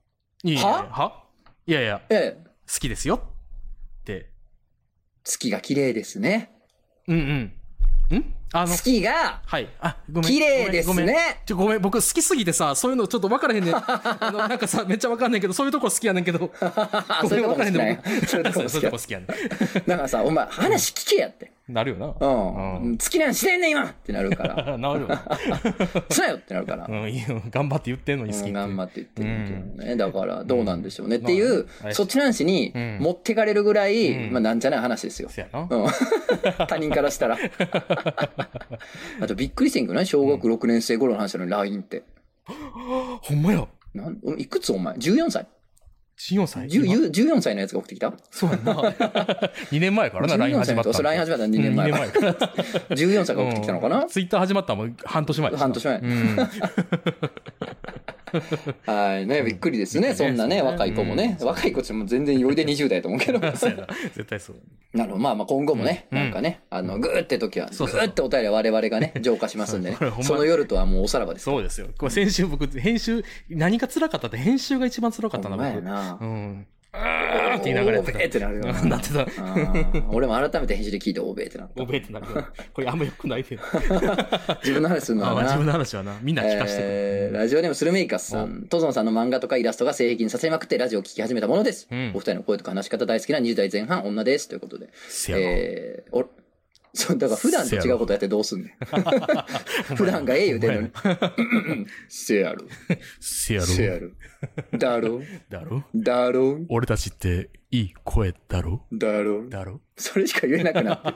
はいやいや、好きですよって。 月が綺麗ですね。 月が、 はい。ごめん。 綺麗ですね。 ごめん。僕好きすぎてさ、そういうのちょっと分からへんねん。なんかさ、めっちゃ分かんねんけど、そういうとこ好きやねんけど。 そういうとこ好きやねん。 そういうとこ好きやねん。 だからさ、お前、話聞けやって。 なるよな。 好きなんしてんねん、今ってなるから。 なるよな。 そうよってなるから。 頑張って言ってんのに好きって。 頑張って言ってるんだけどね。だから、どうなんでしょうね。っていう、そっち男子に持ってかれるぐらい、なんじゃない話ですよ。他人からしたら。あとびっくりしてんけどね、小学6年生頃の話なのに LINE って。 ほんまや。 いくつお前 ?14 歳 14歳 ?14 歳のやつが送ってきたそうやな。2年前からな、LINE 始まった。 そう、LINE 始まった2年前。14歳が送ってきたのかな。 ツイッター始まったのも半年前。 半年前。はいね、びっくりですね。そんなね、若い子もね。若い子っても全然よりで20代と思うけど。 絶対そう。 なるほど。まあ今後もね、なんかね、ぐーって時は、ぐーってお便りは我々がね、浄化しますんでね。その夜とはもうおさらばです。 そうですよ。これ先週僕、編集、何が辛かったって編集が一番辛かったな、僕。って言いながらやってた。 欧米ってなるよな。 なってた。 俺も改めて編集で聞いて欧米ってなった。 欧米ってなるよ。これあんま良くないで。 自分の話するのはな。 自分の話はな。みんな聞かせてくれ。 ラジオネームスルメイカスさん。トゾンさんの漫画とかイラストが性癖にさせまくってラジオを聞き始めたものです。お二人の声とか話し方大好きな20代前半女です。ということで。そう、だから普段と違うことやってどうすんねん。普段が言うてんのに。せやろ。 せやろ。 せやろ。だろ。 だろ。 だろ。 俺たちっていい声だろ。 だろ。 だろ。 それしか言えなくなって。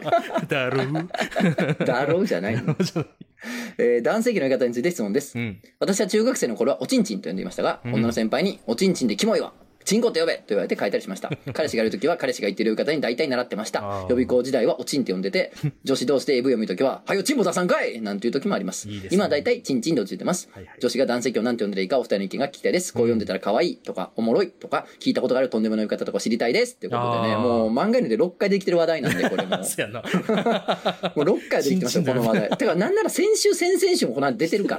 だろ。 だろじゃないの。男性器の言い方について質問です。私は中学生の頃はおちんちんと呼んでいましたが、女の先輩におちんちんでキモいわ。チンコって呼べと言われて書いたりしました。彼氏がいるときは彼氏が言ってる言い方に大体習ってました。予備校時代はおちんって呼んでて、女子同士で AV を見るときは、はよチンポ出さんかいなんていうときもあります。今は大体チンチンで落ちてます。女子が男性器をなんて呼んでいいかお二人の意見が聞きたいです。こう読んでたら可愛いとか、おもろいとか、聞いたことがあるとんでもない言い方とか知りたいです。ということでね、もう漫画犬で6回できてる話題なんで、これも。もう6回できてますよ、この話題。てか、なんなら先週、先々週もこの後出てるから。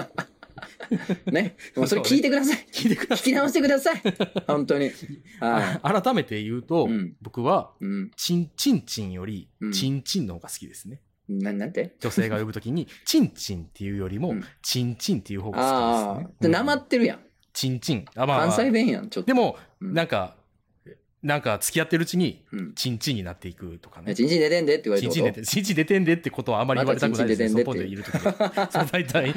ね。もうそれ聞いてください。聞き直してください。本当に。 改めて言うと、僕は、チンチンより、チンチンの方が好きですね。 なんて女性が呼ぶときに、チンチンっていうよりも、チンチンっていう方が好きですね。 で、なまってるやん。 チンチン。 関西弁やん、ちょっと。 でも、なんか付き合ってるうちに、チンチンになっていくとかね。 チンチン出てんでって言われてチンチン出てんでってことはあまり言われたくないですね。外でいるときは。そう、大体。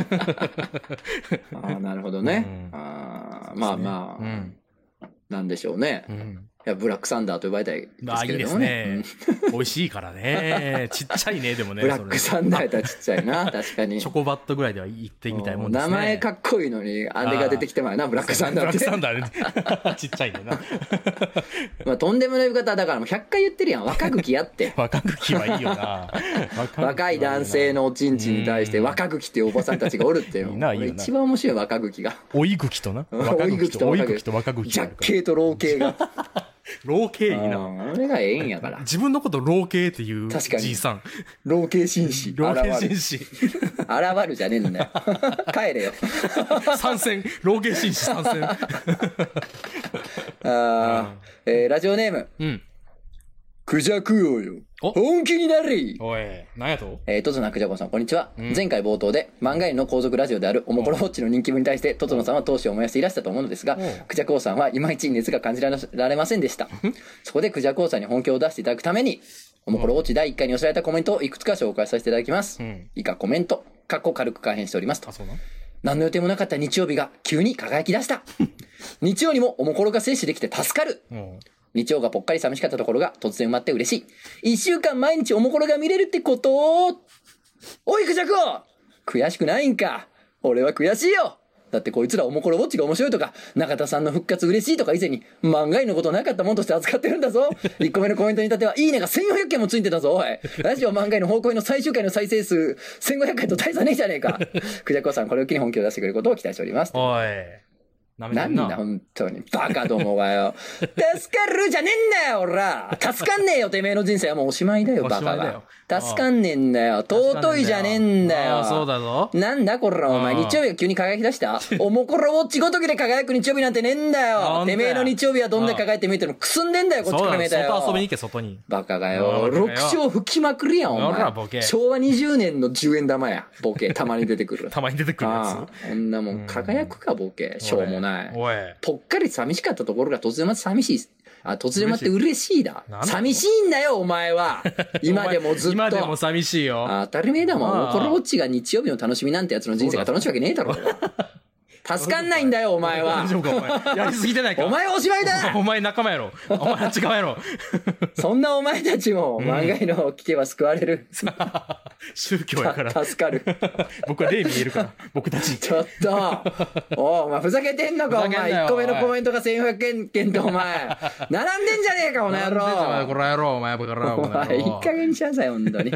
なるほどね。まあ、なんでしょうね。いや、ブラックサンダーと呼ばれたいですけれどもね。 いいですね。美味しいからね。ちっちゃいね、でもね。 ブラックサンダーやったらちっちゃいな、確かに。 チョコバットぐらいでは言ってみたいもんですね。 名前かっこいいのに、あれが出てきてまうな、ブラックサンダーって。 ブラックサンダーね。ちっちゃいねな。 まあ、とんでもない呼び方だからもう100回言ってるやん。若茎やって。 若茎はいいよな。 若い男性のおちんちんに対して若茎っていうおばさんたちがおるっていう。一番面白い若茎が。 老い茎とな。 老い茎と若茎。 若茎と老茎が。 老系いいな。 あれがええんやから。 自分のこと老系っていうじいさん。 老系紳士。 老系紳士。 現るじゃねえんだよ。帰れよ。 参戦。老系紳士参戦。 ラジオネーム。クジャク王よ。本気になれ。 おい、何やとトゾナクジャコさん、こんにちは。前回冒頭で、漫画犬の後続ラジオであるおもころウォッチの人気分に対して、トゾノさんは闘志を燃やしていらしたと思うのですが、クジャク王さんはいまいち熱が感じられませんでした。そこでクジャク王さんに本気を出していただくために、おもころウォッチ第1回に寄せられたコメントをいくつか紹介させていただきます。以下コメント、軽く改変しておりますと。何の予定もなかった日曜日が急に輝き出した。日曜にもおもころが摂取できて助かる。日曜がぽっかり寂しかったところが突然埋まって嬉しい。1週間毎日おもころが見れるってことおいクジャク王悔しくないんか。俺は悔しいよ。だってこいつらおもころウォッチが面白いとか、中田さんの復活嬉しいとか以前に漫画のことなかったもんとして扱ってるんだぞ。1個目のコメントに至ってはいいねが1400件もついてたぞ。おい。ラジオ漫画の方向の最終回の再生数1500回と大差ねえじゃねえか。クジャク王さんこれを機に本気を出してくれることを期待しております。 おい。 なんだ、本当に。バカどもがよ。助かるじゃねえんだよ、俺ら。助かんねえよ、てめえの人生はもうおしまいだよ、バカが。助かんねえんだよ。尊いじゃねえんだよ。 そうだぞ。 なんだこれ、お前。日曜日が急に輝き出したおもころウォッチごときで輝く日曜日なんてねえんだよ。てめえの日曜日はどんだけ輝いて見えてるのくすんでんだよ、こっちから見えたよ。 外遊びに行け、外に。 バカがよ。6勝吹きまくりやん、お前。昭和20年の10円玉や、ボケ。たまに出てくる。 たまに出てくるやつ。こんなもん輝くか、ボケ。しょうもない。 おい。 ぽっかり寂しかったところが突然まって寂しい。突然まって嬉しいだ。寂しいんだよ、お前は。今でもずっと。 今でも寂しいよ。 当たり前だもん。このウォッチが日曜日の楽しみなんてやつの人生が楽しいわけねえだろ。助かんないんだよ、お前は。 大丈夫か、お前。やりすぎてないか。 お前おしまいだ。 お前仲間やろ。お前違うやろ。 そんなお前たちも漫画の聞けば救われる。 宗教やから。 助かる。 僕は霊見えるから、僕たち。 ちょっと。お前ふざけてんのか、お前。1個目のコメントが1500件と、お前。並んでんじゃねえか、お前野郎。 この野郎、お前バカ野郎。 お前、いい加減にしなさい、本当に。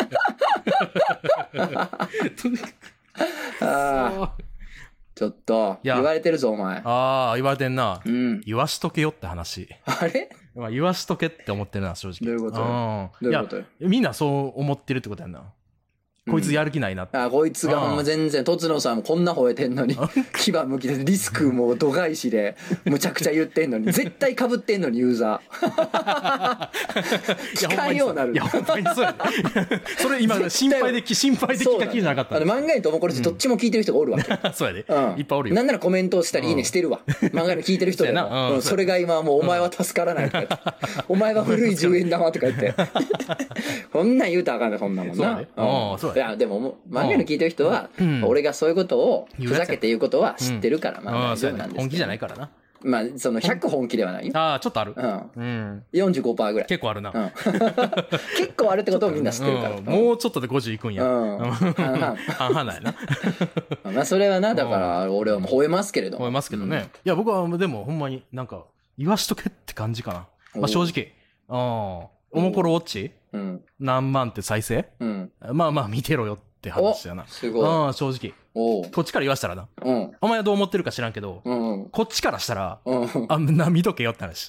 ちょっと、言われてるぞ、お前。 ああ、言われてんな。 うん。 言わしとけよって話。 あれまあ言わしとけって思ってるな、正直。 どういうことどういうことみんなそう思ってるってことやんな。こいつやる気ないなって。 こいつがほんま全然、とつのさんもこんな吠えてんのに、牙むきでリスクも度外視で、むちゃくちゃ言ってんのに、絶対被ってんのに、ユーザー。聞かんようなる。 いや、ほんまにそうやで。それ今、心配で聞いた気じゃなかった。 漫画にともころしどっちも聞いてる人がおるわけ。 そうやで。いっぱいおるよ。 なんならコメントをしたり、いいねしてるわ。漫画の聞いてる人でも。それが今もう、お前は助からないとか言って。お前は古い10円玉とか言って。こんなん言うたらあかんねそんなもんな。いや、でも、漫画の聞いてる人は、俺がそういうことをふざけて言うことは知ってるから、まあ大丈夫なんですけど。 本気じゃないからな。 まあ、その100本気ではないよ。 ああ、ちょっとある。 45% ぐらい。 結構あるな。 結構あるってことをみんな知ってるから。 もうちょっとで50いくんや。半々だよな。 まあ、それはな、だから、俺はもう吠えますけれども。 吠えますけどね。いや、僕はでもほんまになんか、言わしとけって感じかな。まあ正直。おもころウォッチ何万って再生まあまあ見てろよって話やな。 すごい。 正直。こっちから言わしたらな。お前はどう思ってるか知らんけど、こっちからしたら、見とけよって話。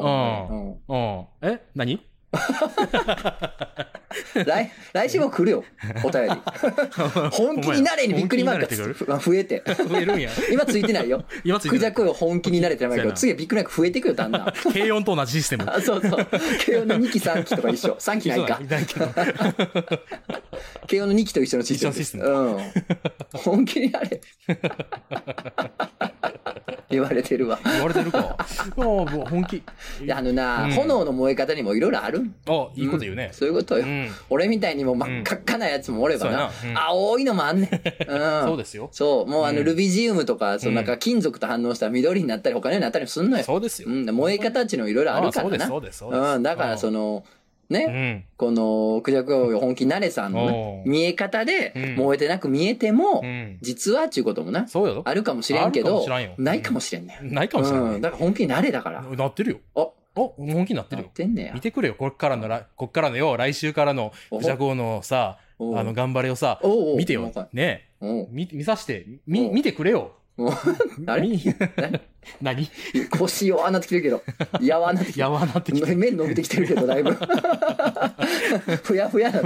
何来週も来るよ、お便り。本気になれにびっくりマーク増えて。 増えるんや。 今ついてないよ。クジャクよ本気になれてないけど、次はびっくりマーク増えてくよ、だんだん。 軽音と同じシステム。 そうそう。軽音の2期3期とか一緒。3期ないか。軽音の2期と一緒のシステム。本気になれ。言われてるわ。 言われてるか。本気。 炎の燃え方にもいろいろある。 いいこと言うね。 そういうことよ。俺みたいにも真っ赤っかなやつもおればな。青いのもあんねん。 そうですよ。 そう。もうルビジウムとか、なんか金属と反応したら緑になったり他のようになったりすんのよ。 そうですよ。 燃え方っていうのいろいろあるからな。 そうです、そうです。 だからね、このクジャクよ本気なれさんの見え方で燃えてなく見えても、実はっていうこともな、あるかもしれんけど、ないかもしれんねん。 ないかもしれん。 だから本気になれだから。 なってるよ。本気になってるよ。 なってんねや。 見てくれよ。こっからのよ、来週からのクジャクのさ、頑張れをさ、見てよ。ね見さして、見てくれよ。 あれ何腰弱なってきてるけど。やわなってきてる。麺伸びてきてるけど、だいぶ。ふやふやなって。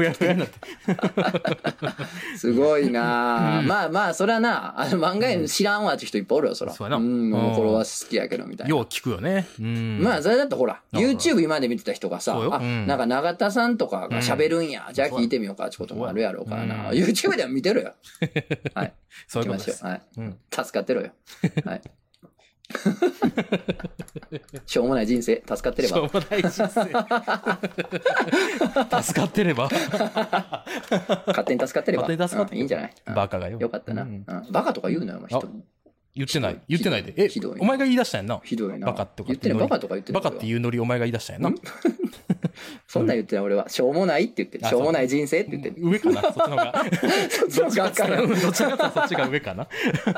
すごいなまあまあ、そらな、漫画知らんわって人いっぱいおるよ、そら。 そうやな。 これは好きやけど、みたいな。 よう聞くよね。 まあ、それだとほら、YouTube 今まで見てた人がさ、なんか永田さんとかが喋るんや。じゃあ聞いてみようかってこともあるやろうからな。YouTube でも見てるよ。はい。 そういうことです。 はい。助かってろよ。はい。しょうもない人生、助かってれば。 しょうもない人生。助かってれば。 勝手に助かってれば。 勝手に助かっていいんじゃない？ バカがよ。 よかったな。バカとか言うのよ、人に。 言ってない。言ってないで。ひどい。お前が言い出したんやんな。 ひどいな。 バカとか言ってない。バカとか言ってない。 バカっていうノリお前が言い出したんやんな。 そんなん言ってない俺は。しょうもないって言ってる。しょうもない人生って言ってる。 上かなそっちの方が。 そっちの方が。 どっちかとそっちが上かな。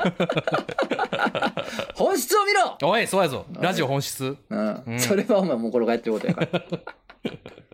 本質を見ろおい、そうやぞ。ラジオ本質。 それはお前もうこれがやってることやから。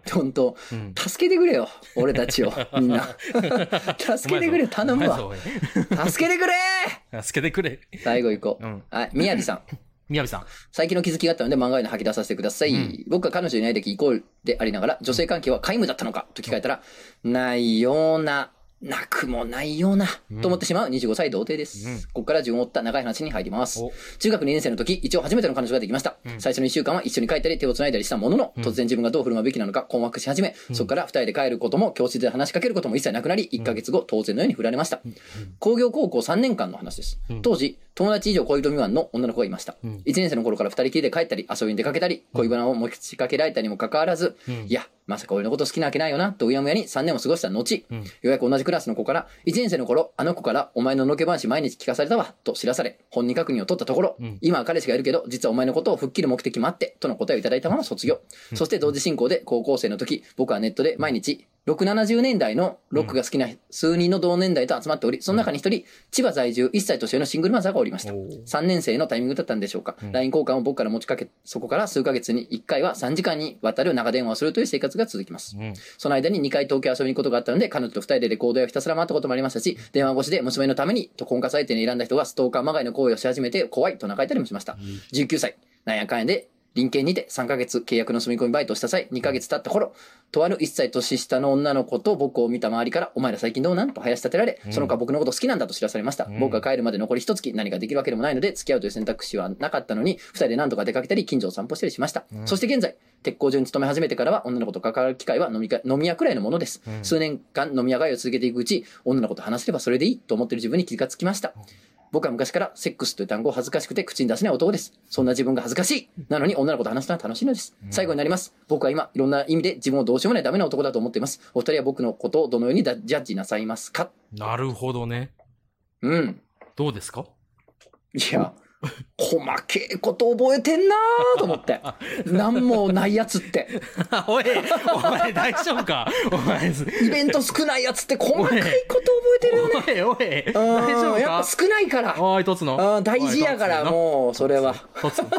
本当、助けてくれよ、俺たちを、みんな。助けてくれ、頼むわ。助けてくれ助けてくれ。 最後行こう。はい、みやびさん。 みやびさん。 最近の気づきがあったので漫画への吐き出させてください。僕が彼女いない歴イコールでありながら、女性関係は皆無だったのかと聞かれたら、ないような、なくもないような、と思ってしまう25歳童貞です。ここから順を追った長い話に入ります。中学2年生の時、一応初めての彼女ができました。最初の1週間は一緒に帰ったり手を繋いだりしたものの、突然自分がどう振る舞うべきなのか困惑し始め、そこから2人で帰ることも教室で話しかけることも一切なくなり、1ヶ月後当然のように振られました。工業高校3年間の話です。当時、友達以上恋人未満の女の子がいました。1年生の頃から2人きりで帰ったり、遊びに出かけたり、恋バナを持ちかけられたにもかかわらず、いや、まさか俺のこと好きなわけないよな、とうやむやに3年を過ごした後、ようやく同じクラスの子から、1年生の頃、あの子からお前ののけ話毎日聞かされたわ、と知らされ、本人確認を取ったところ、今は彼氏がいるけど、実はお前のことを吹っ切る目的もあって、との答えをいただいたまま卒業。そして同時進行で高校生の時、僕はネットで毎日、6、70年代のロックが好きな数人の同年代と集まっており、その中に一人、千葉在住1歳年上のシングルマザーがおりました。3年生のタイミングだったんでしょうか。LINE 交換を僕から持ちかけ、そこから数ヶ月に1回は3時間にわたる長電話をするという生活が続きます。その間に2回東京遊びに行くことがあったので、彼女と2人でレコード屋をひたすら回ったこともありましたし、電話越しで娘のためにと婚活相手に選んだ人がストーカーまがいの行為をし始めて怖いと泣いたりもしました。19歳、なんやかんやで、隣県にて3ヶ月契約の住み込みバイトをした際、2ヶ月経った頃、とある1歳年下の女の子と僕を見た周りから、お前ら最近どうなんと林立てられ、その子は僕のこと好きなんだと知らされました。僕が帰るまで残り1月、何ができるわけでもないので、付き合うという選択肢はなかったのに、2人で何とか出かけたり、近所を散歩したりしました。そして現在、鉄工所に勤め始めてからは、女の子と関わる機会は飲み屋くらいのものです。数年間飲み屋街を続けていくうち、女の子と話せればそれでいいと思っている自分に気がつきました。僕は昔からセックスという単語を恥ずかしくて口に出せない男です。そんな自分が恥ずかしい。なのに女の子と話すのは楽しいのです。最後になります。僕は今いろんな意味で自分をどうしようもないダメな男だと思っています。お二人は僕のことをどのようにジャッジなさいますか？ なるほどね。どうですか？ いや、細けえこと覚えてんなーと思って。なんもないやつって。 お前大丈夫か？お前イベント少ないやつって細かいこと覚えてるよね。 おい大丈夫か？ やっぱ少ないから。 おい、とつの。 大事やから、もう、それは。 とつん。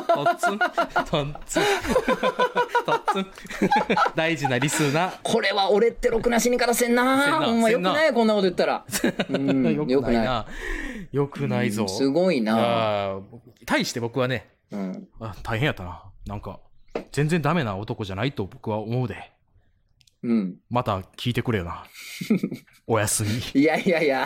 大事なリスナー。 これは俺ってろくな死に方せんな。ほんまよくないこんなこと言ったら。 よくないな。よくないぞ。 すごいな。 対して僕はね、大変やったな。なんか、全然ダメな男じゃないと僕は思うで。また聞いてくれよな。おやすみ。 いや。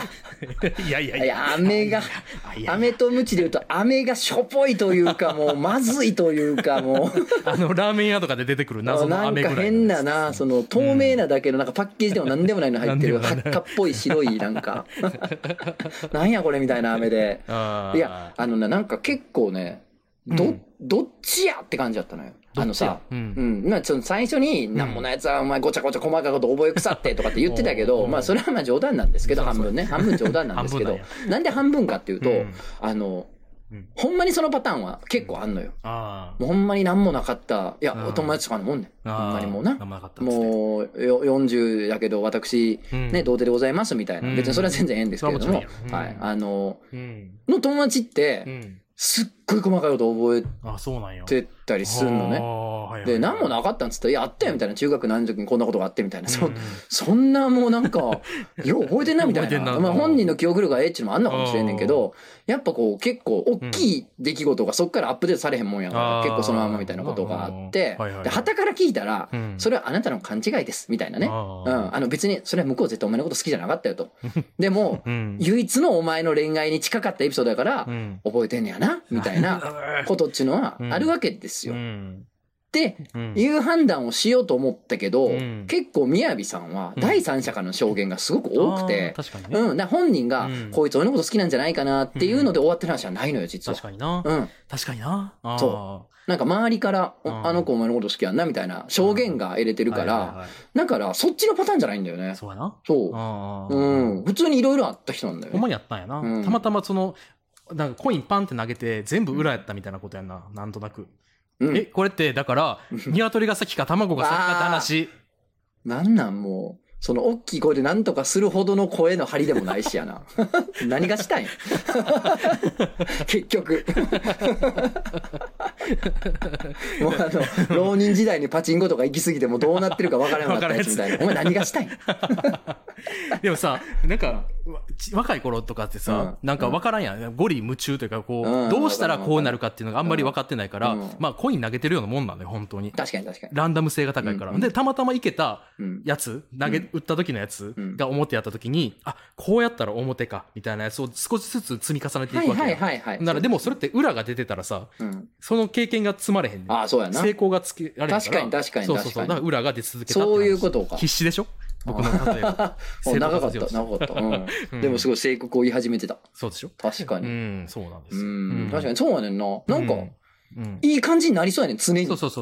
飴とムチで言うと、飴がしょぽいというか、もう、まずいというか、もう。 ラーメン屋とかで出てくる謎の飴ぐらい。 なんか変なな、その、透明なだけの、なんかパッケージでも何でもないの入ってる、赤っぽい白い、なんか。なんやこれみたいな飴で。いや、なんか結構ね、どっちやって感じだったのよ。最初に、なんもないやつはお前ごちゃごちゃ細かいこと覚え腐ってとかって言ってたけど、まあそれはまあ冗談なんですけど、半分ね。半分冗談なんですけど、なんで半分かっていうと、ほんまにそのパターンは結構あんのよ。もうほんまになんもなかった。いや、お友達とかのもんね。ほんまにもうな。もう40だけど私、ね、童貞でございますみたいな。別にそれは全然ええんですけれども、はい。の友達って、すっごい細かいこと覚えてたりするのね。で、何もなかったんつったら、いや、あったよみたいな。中学何時にこんなことがあってみたいな。そんなもうなんか、よう覚えてんなみたいな。まあ本人の記憶力がええっちゅうのもあんのかもしれんねんけど、やっぱこう結構大きい出来事がそっからアップデートされへんもんやから、結構そのままみたいなことがあって、で、旗から聞いたら、それはあなたの勘違いです、みたいなね。別にそれは向こう絶対お前のこと好きじゃなかったよと。でも、唯一のお前の恋愛に近かったエピソードだから、覚えてんねやな、みたいなことっていうのはあるわけですよ。っていう判断をしようと思ったけど、結構みやびさんは第三者からの証言がすごく多くて、本人がこいつ俺のこと好きなんじゃないかなっていうので終わってる話はないのよ、実は。 確かにな。確かにな。 そう。なんか周りから、あの子お前のこと好きやんなみたいな証言が得れてるから、だからそっちのパターンじゃないんだよね。 そうやな。 そう。普通にいろいろあった人なんだよね。 ほんまにやったんやな。たまたまその、なんかコインパンって投げて全部裏やったみたいなことやんな、なんとなく。これってだから鶏が先か卵が先かって話。 なんもうその大きい声で何とかするほどの声の張りでもないしやな。何がしたいん結局。もう浪人時代にパチンコとか行き過ぎてもうどうなってるか分からなかったやつみたいな。お前何がしたいんでもさ、なんか、若い頃とかってさ、なんか分からんやん。ゴリ夢中というか、こう、どうしたらこうなるかっていうのがあんまり分かってないから、まあコイン投げてるようなもんなのよ、本当に。 確かに。 ランダム性が高いから。で、たまたまいけたやつ、打った時のやつが表やった時に、あ、こうやったら表か、みたいなやつを少しずつ積み重ねていくわけや。ならでもそれって裏が出てたらさ、その経験が積まれへんねん。 あ、そうやな。 成功がつけられへんから。 確かに。 そう。だから裏が出続けたって。 そういうことか。 必死でしょ僕の例えば。 長かった。でもすごい正確を言い始めてた。 そうでしょ確かに。 そうなんですよ。 確かにそうやねんな。なんか、いい感じになりそうやねん、常に。 そう。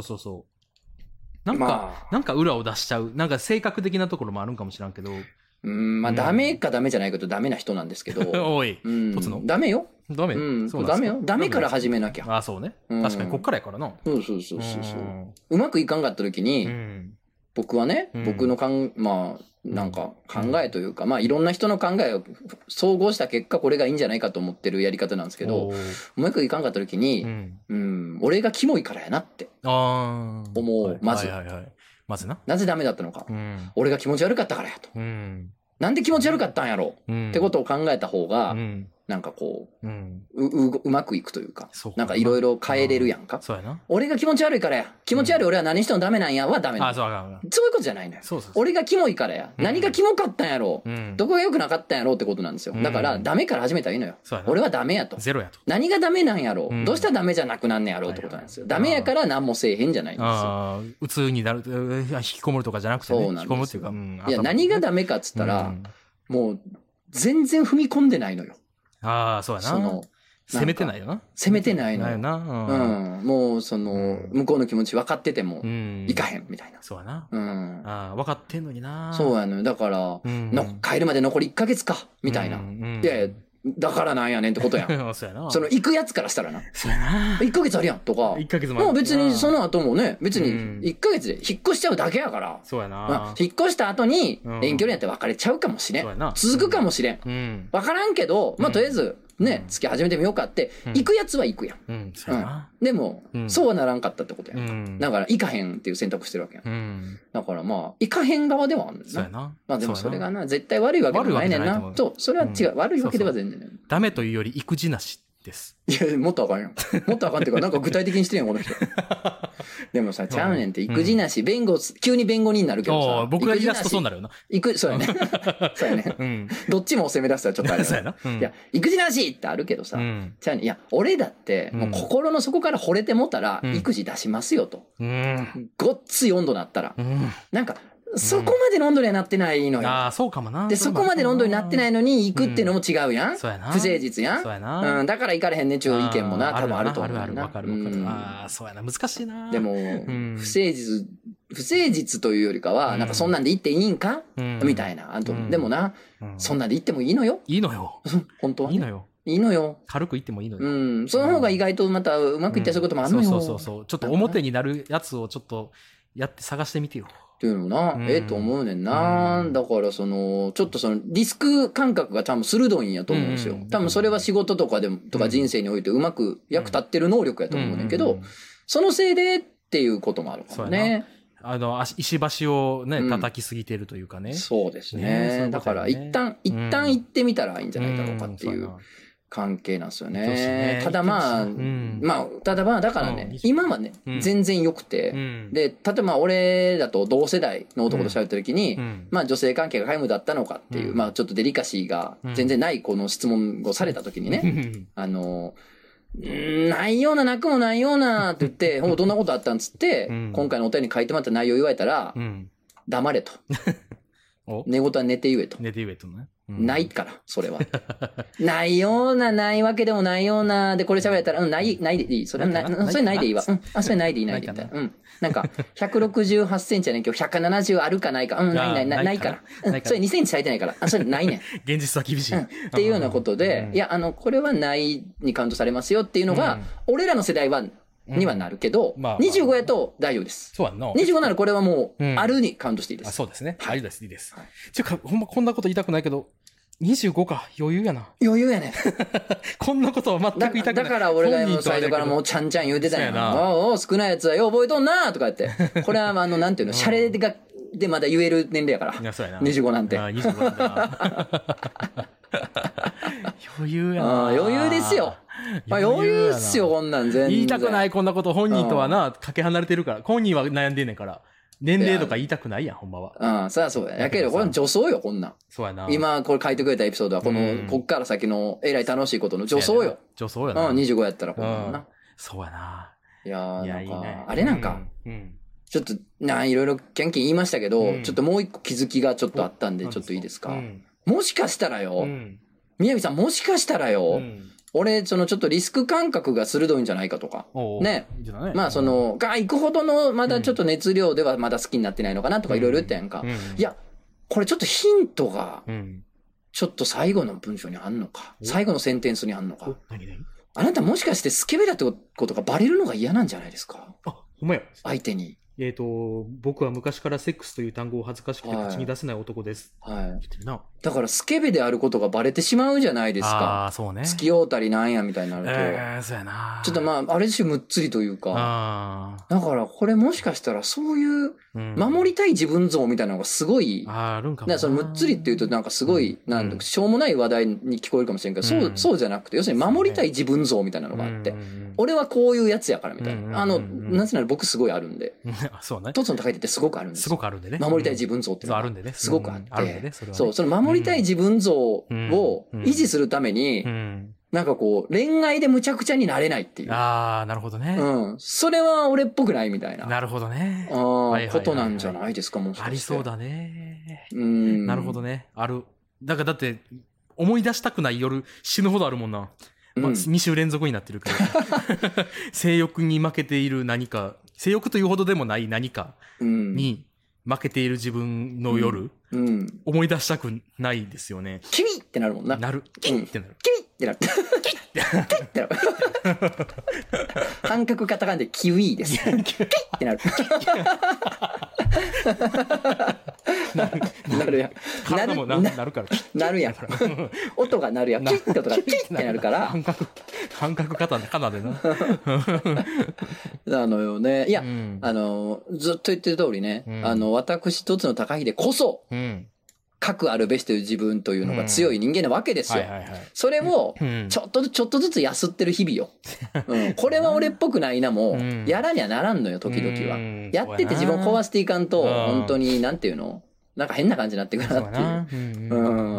なんか裏を出しちゃう。なんか性格的なところもあるんかもしれんけど。 まあダメかダメじゃないけどダメな人なんですけど。 おい。突のダメよ。 ダメダメよ。ダメから始めなきゃ。 あ、そうね。確かにこっからやからな。 そう。うまくいかんかった時に、僕はね、僕のまあ、なんか考えというか、まあいろんな人の考えを総合した結果これがいいんじゃないかと思ってるやり方なんですけど、うまくいかんかった時に、俺がキモいからやなって思う。まず。 まずな。 なぜダメだったのか。俺が気持ち悪かったからやと。なんで気持ち悪かったんやろってことを考えた方が、なんかこう、うまくいくというか、なんかいろいろ変えれるやんか。 そうやな。 俺が気持ち悪いからや。気持ち悪い俺は何してもダメなんやはダメなんや。そういうことじゃないのよ。俺がキモいからや。何がキモかったんやろ。どこが良くなかったんやろってことなんですよ。だからダメから始めたらいいのよ。俺はダメやと。 ゼロやと。 何がダメなんやろ。どうしたらダメじゃなくなんねやろってことなんですよ。ダメやから何もせえへんじゃないんですよ。 鬱になる、引きこもるとかじゃなくてね。引きこもるっていうか。 いや、何がダメかっつったら、もう全然踏み込んでないのよ。 ああ、そうやな。攻めてないよな。 攻めてないのよ。もう、向こうの気持ち分かってても、いかへん、みたいな。 そうやな。分かってんのにな。 そうやのよ。だから、帰るまで残り1ヶ月か、みたいな。いやいや、だからなんやねんってことやん。行くやつからしたらな。 そうやな。 1ヶ月あるやん、とか。 1ヶ月ももう別にその後もね、別に1ヶ月で引っ越しちゃうだけやから。 そうやな。 引っ越した後に遠距離やって別れちゃうかもしれん。続くかもしれん。わからんけど、まあとりあえず、ね、付き始めてみようかって、行くやつは行くやん。でも、そうはならんかったってことやん。だから、行かへんっていう選択してるわけやん。だからまあ、行かへん側ではあるんだな。まあでもそれがな、絶対悪いわけでもないねんな。そう、それは違う。悪いわけでは全然ない。 ダメというより、育児なしです。 いや、もっとあかんやん。もっとあかんっていうか、なんか具体的にしてるやん、この人。でもさ、ちゃうねんって、育児なし、急に弁護人になるけどさ。 僕が言い出すとそうなるよな。 そうやね。そうやね。どっちも攻め出したらちょっとあれだな。いや、育児なしってあるけどさ、ちゃうねん。いや、俺だって、もう心の底から惚れてもたら、育児出しますよと。ごっつい温度なったら。なんか、そこまでの温度にはなってないのよ。 ああ、そうかもな。 で、そこまでの温度になってないのに行くっていうのも違うやん。 そうやな。 不誠実やん。 そうやな。 だから行かれへんねっちゅう意見もな、多分あると思う。 わかる。ああ、そうやな。難しいな。 でも、不誠実というよりかは、なんかそんなんで行っていいんかみたいな。でもな、そんなんで行ってもいいのよ。 いいのよ。 本当は。 いいのよ。 いいのよ。 軽く言ってもいいのよ。 その方が意外とまたうまくいったりすることもあるのよ。 そう。ちょっと表になるやつをちょっとやって探してみてよ。 っていうのもな、と思うねんな。だからちょっとリスク感覚が多分鋭いんやと思うんですよ。多分それは仕事とか人生においてうまく役立ってる能力やと思うねんけど、そのせいでっていうこともあるかもね。 石橋をね、叩きすぎてるというかね。 そうですね。だから一旦行ってみたらいいんじゃないだろうかっていう。関係なんですよね。ただまあ、だからね、今はね、全然良くて、で、例えば俺だと同世代の男と喋った時に、まあ女性関係が皆無だったのかっていう、まあちょっとデリカシーが全然ないこの質問をされた時にね、ないような、なくもないようなって言って、どんなことあったんつって、今回のお便りに書いてもらった内容言われたら、黙れと。寝言は寝て言えと。 寝て言えとね。 ないから、それは。ないような、ないわけでもないような、で、これ喋れたら、ないでいい。それはそれないでいいわ。それないでいい、ないでいい。なんか、168センチやねんけど、170あるかないか。ないから。それ2センチ足りてないから。それないねん。 現実は厳しい。 っていうようなことで、いや、これはないにカウントされますよっていうのが、俺らの世代はにはなるけど、25やと大丈夫です。 そうやんな。 25ならこれはもう、あるにカウントしていいです。 そうですね。はい、いいです、いいです。ちょ、ほんまこんなこと言いたくないけど、25か、余裕やな。 余裕やね。 こんなことは全く言いたくない。 だから俺が最初からもうちゃんちゃん言うてたんやな。お少ないやつはよう覚えとんなとか言って。これはなんていうの、シャレでまだ言える年齢やから。 いや、そうやな。 25なんて。 25なんだ。余裕やな。 余裕ですよ。余裕っすよ、こんなん全然。 言いたくない、こんなこと。本人とはな、かけ離れてるから。本人は悩んでんねんから。年齢とか言いたくないやん、ほんまは。 そりゃそうや。やけど、これ女装よ、こんなん。 そうやな。 今、これ書いてくれたエピソードは、こっから先のえらい楽しいことの女装よ。 女装やな。 25やったらこんなんな。 そうやな。 いやなんか、あれなんか、ちょっと、いろいろキャンキン言いましたけど、ちょっともう一個気づきがちょっとあったんで、ちょっといいですか。もしかしたらよ、宮城さんもしかしたらよ、俺、ちょっとリスク感覚が鋭いんじゃないかとか。ね。まあ、行くほどの、まだちょっと熱量ではまだ好きになってないのかなとかいろいろ言ったやんか。いや、これちょっとヒントが、ちょっと最後の文章にあんのか。最後のセンテンスにあんのか。あなたもしかしてスケベだってことがバレるのが嫌なんじゃないですか。 ほんまや。 相手に。 僕は昔からセックスという単語を恥ずかしくて口に出せない男です。 はい。だからスケベであることがバレてしまうじゃないですか。 ああ、そうね。 付き合うたりなんやみたいになると。 そうやな。 ちょっとまあ、あれしむっつりというか。だからこれもしかしたらそういう、守りたい自分像みたいなのがすごい。 あるんかも。 そのむっつりっていうとなんかすごい、しょうもない話題に聞こえるかもしれんけど、そうじゃなくて、要するに守りたい自分像みたいなのがあって。俺はこういうやつやからみたいな。なんつうの僕すごいあるんで。 そうね。 一つの高い手ってすごくあるんです。 すごくあるんでね。 守りたい自分像っていうのが。 あるんでね。 すごくあって。 あるんでね。 そう、その守りたい自分像を維持するために、なんかこう、恋愛でむちゃくちゃになれないっていう。 ああ、なるほどね。 それは俺っぽくないみたいな。 なるほどね。 ことなんじゃないですか、もしかして。 ありそうだね。なるほどね。ある。だって、思い出したくない夜死ぬほどあるもんな。2週連続になってるから。性欲に負けている何か、性欲というほどでもない何かに負けている自分の夜、思い出したくないですよね。 キビってなるもんな。 なる。キビってなる。 キビってなる。キビってなる。感覚カタカナでキウイです。キビってなる。なるやん。 体もなるから。 なるやん。音が鳴るやん。キッって音がキッってなるから。 感覚カナでな。 ね。いや、ずっと言ってる通りね、私一つの高秀こそ、核あるべしという自分というのが強い人間なわけですよ。それを、ちょっとずつ安ってる日々よ。これは俺っぽくないなも、やらにはならんのよ、時々は。やってて自分を壊していかんと、本当に、なんていうのなんか変な感じになってくるなっていう。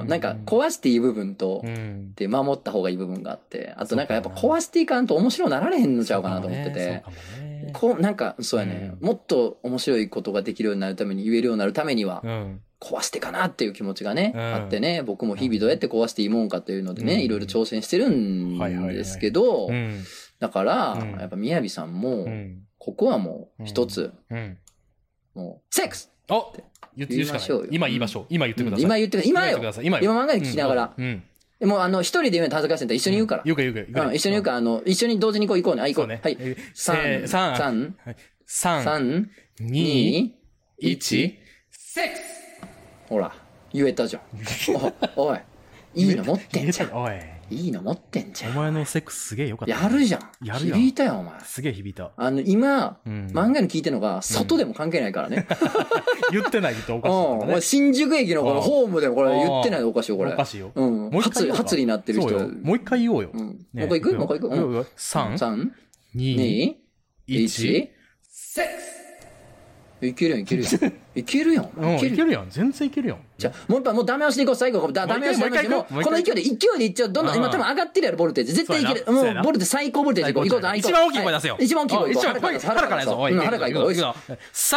なんか壊していい部分と、で守った方がいい部分があって、あとなんかやっぱ壊していかんと面白なられへんのちゃうかなと思ってて。なんか、そうやね、もっと面白いことができるようになるために、言えるようになるためには、壊してかなっていう気持ちがね、あってね、僕も日々どうやって壊していいもんかというのでね、いろいろ挑戦してるんですけど、だから、やっぱ宮城さんも、ここはもう一つ、もう、セックスって言いましょうよ。今言いましょう。今言ってください。 今言ってください。今よ。今漫画で聞きながら。でも一人で言うの恥ずかしいんだ一緒に言うから。 言うか。 一緒に言うから、一緒に同時に行こうね。行こうね。はい。 3、2、1、セックスほら、言えたじゃん。おい、いいの持ってんじゃん。 おい。 いいの持ってんじゃん。 お前のセックスすげえよかった。 やるじゃん。響いたよ、お前。 すげえ響いた。 今、漫画に聞いてるのが、外でも関係ないからね。 言ってないとおかしいね。 新宿駅のこのホームでもこれ言ってないとおかしいよ、これ。 おかしいよ。 初になってる人。 もう一回言おうよ。 もう一回行く ?3、2、1、セックスいけるやん。いけるやん。 全然いけるやん。 じゃあ、もう一回、もうダメ押しでいこう、最後。ダメ押しでいこう。この勢いでいっちゃう。どんどん、今多分上がってるやろ、ボルテージ。絶対いける。もう、ボルテージ最高ボルテージいこう。 一番大きい声出せよ。 一番大きい声いこう。 腹からやぞ。 腹からいこ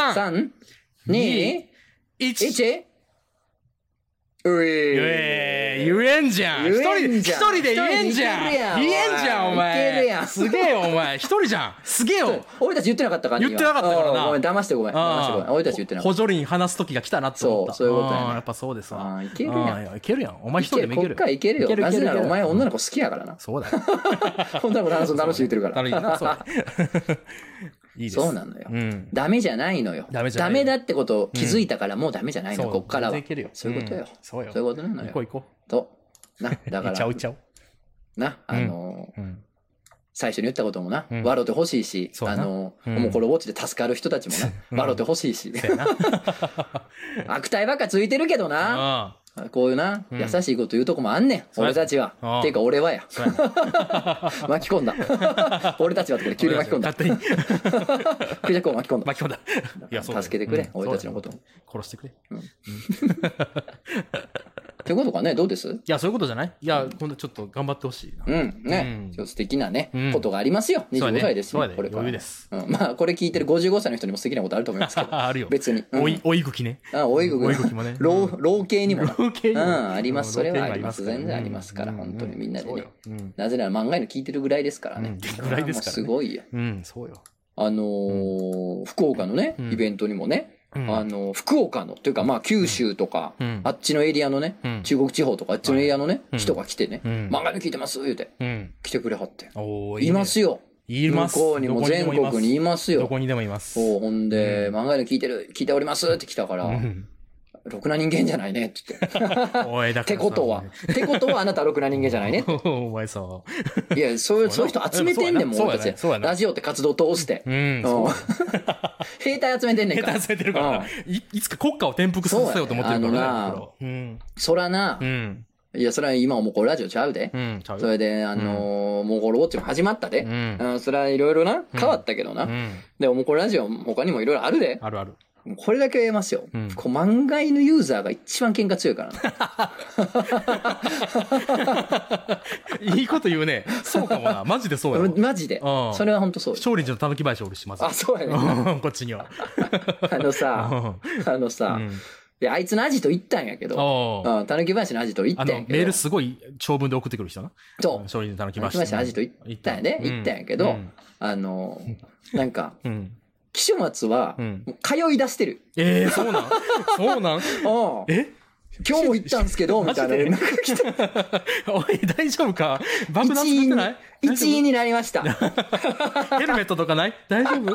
う。3、2、1。うえー。 言えんじゃん。一人で言えんじゃん。言えんじゃん、お前。いけるやん。すげえよ、お前。一人じゃん。すげえよ。 俺たち言ってなかったから言ってなかったからな。 ごめん、騙してごめん。俺たち言ってなかった。 補助輪話す時が来たなって思った。 そういうことやね。 やっぱそうですわ。 いけるやん。 いけるやん。お前一人でもいけるよ。 こっからいけるよ。なぜならお前女の子好きやからな。 そうだよ。 女の子楽しい言ってるから。 いいです。 そうなのよ。ダメじゃないのよ。ダメだってことを気づいたからもうダメじゃないの、こっからは。そういうことよ。そういうことなのよ。 行こう。 と。な、だから。 行っちゃおう。 な、最初に言ったこともな、笑ってほしいし、おもころウォッチで助かる人たちもな、笑ってほしいし。悪態ばっかついてるけどな。こういうな、優しいこと言うとこもあんねん、俺たちは。っていうか俺はや。巻き込んだ。俺たちはって急に巻き込んだ。勝手に。クジャクを巻き込んだ。 巻き込んだ。 いや、助けてくれ、俺たちのこと。 殺してくれ。 ってことかね、どうです？いや、そういうことじゃない？いや、今度ちょっと頑張ってほしいな。 ね。ちょっと素敵なね、ことがありますよ。25歳ですよ、これから。余裕です。まあ、これ聞いてる55歳の人にも素敵なことあると思いますけど。 あるよ。 別に。 追いぐきね。 追いぐきもね。 老系にも。あります。それはあります。全然ありますから、本当にみんなでね。なぜなら漫画の聞いてるぐらいですからね。 ぐらいですから。 すごいよ。 そうよ。 福岡のね、イベントにもね、福岡の、というかまあ九州とか、あっちのエリアのね、中国地方とかあっちのエリアのね、人が来てね、漫画の聞いてます言うて、来てくれはって。いますよ。 います。 向こうにも全国にいますよ。 どこにでもいます。 ほんで、漫画の聞いておりますって来たから、ろくな人間じゃないねって言って。 おい、だから。 ってことはあなたろくな人間じゃないねって。 お前さ。 いや、そういう人集めてんねんもん、俺たち。ラジオって活動通して。兵隊集めてんねんから。 兵隊集めてるから。いつか国家を転覆させようと思ってるからね。そらな。いや、それは今もうこれラジオちゃうで。それで、モンゴルウォッチも始まったで。それはいろいろな、変わったけどな。で、もうこれラジオ他にもいろいろあるで。 あるある。 これだけは言えますよ。漫画犬ユーザーが一番喧嘩強いからな。いいこと言うね。そうかもな。マジでそうや。 マジで。それは本当そう。 勝利寺のたぬき林おるします。 あ、そうやね。 こっちには。 で、あいつのアジト行ったんやけど、たぬき林のアジト行ったんやけど。 メールすごい長文で送ってくる人な。 そう。 勝利寺のたぬき林のアジト行ったんやね。行ったんやけど、なんか、岸松は、通い出してる。 そうなんそうなん今日も行ったんすけど、みたいな連絡が来た。 おい、大丈夫か爆弾作ってない ?1 位になりました。 ヘルメットとかない大丈夫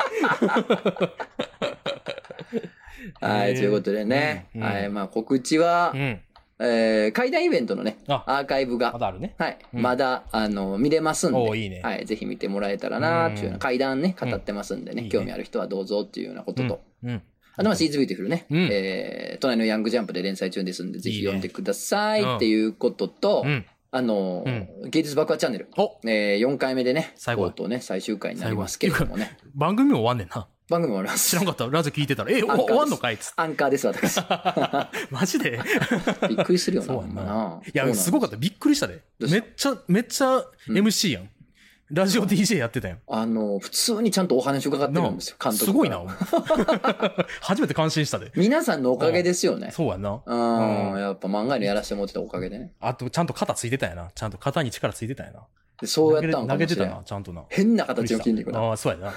はい、ということでね。はい、まあ告知は、怪談イベントのね、アーカイブが、 まだあるね。 はい。まだ、見れますんで、 いいね。 はい。ぜひ見てもらえたらな、っていうような怪談ね、語ってますんでね、興味ある人はどうぞっていうようなことと、あとまあシーズビューティフルね、隣のヤングジャンプで連載中ですんで、ぜひ読んでくださいっていうことと、芸術爆破チャンネル、4回目でね、最後とね、最終回になりますけれどもね。 番組も終わんねんな。 番組もあります。 知らんかった。ラジオ聞いてたら、終わんのかいっつって。 アンカーです、私。 マジでびっくりするよな、ほんまな。 いや、すごかった。びっくりしたで。めっちゃ MC やん。ラジオ DJ やってたやん。 普通にちゃんとお話伺ってるんですよ、監督。 すごいな。初めて感心したで。 皆さんのおかげですよね。 そうやな。 やっぱ漫画のやらせてもらってたおかげでね。 あと、ちゃんと肩ついてたやな。ちゃんと肩に力ついてたやな。 そうやったんかもしれん。 投げてたな、ちゃんとな。 変な形の筋肉な。 ああ、そうやな。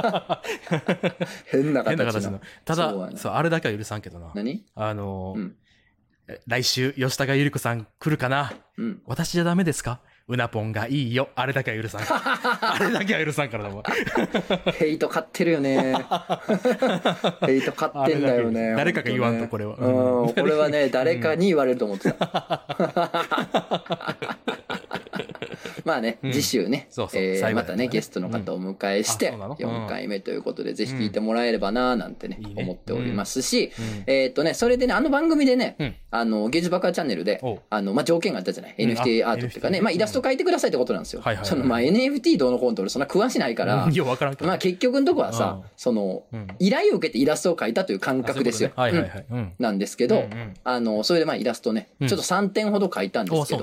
変な形の。 ただ、そう、あれだけは許さんけどな。 何？ 来週、吉高由里子さん来るかな？私じゃダメですか？うなぽんがいいよ。あれだけは許さん。あれだけは許さんからだもん。 ヘイト買ってるよね。ヘイト買ってんだよね。 誰かが言わんと、これは。 これはね、誰かに言われると思ってた。まあね、次週ね、またね、ゲストの方をお迎えして、4回目ということで、ぜひ聞いてもらえればな、なんてね、思っておりますし、それでね、番組でね、芸術爆破チャンネルで、条件があったじゃない。NFT アートっていうかね、イラスト描いてくださいってことなんですよ。その、NFT どうのコントロール、そんな詳しないから、結局のとこはさ、依頼を受けてイラストを描いたという感覚ですよ。なんですけど、それでイラストね、ちょっと3点ほど描いたんですけど、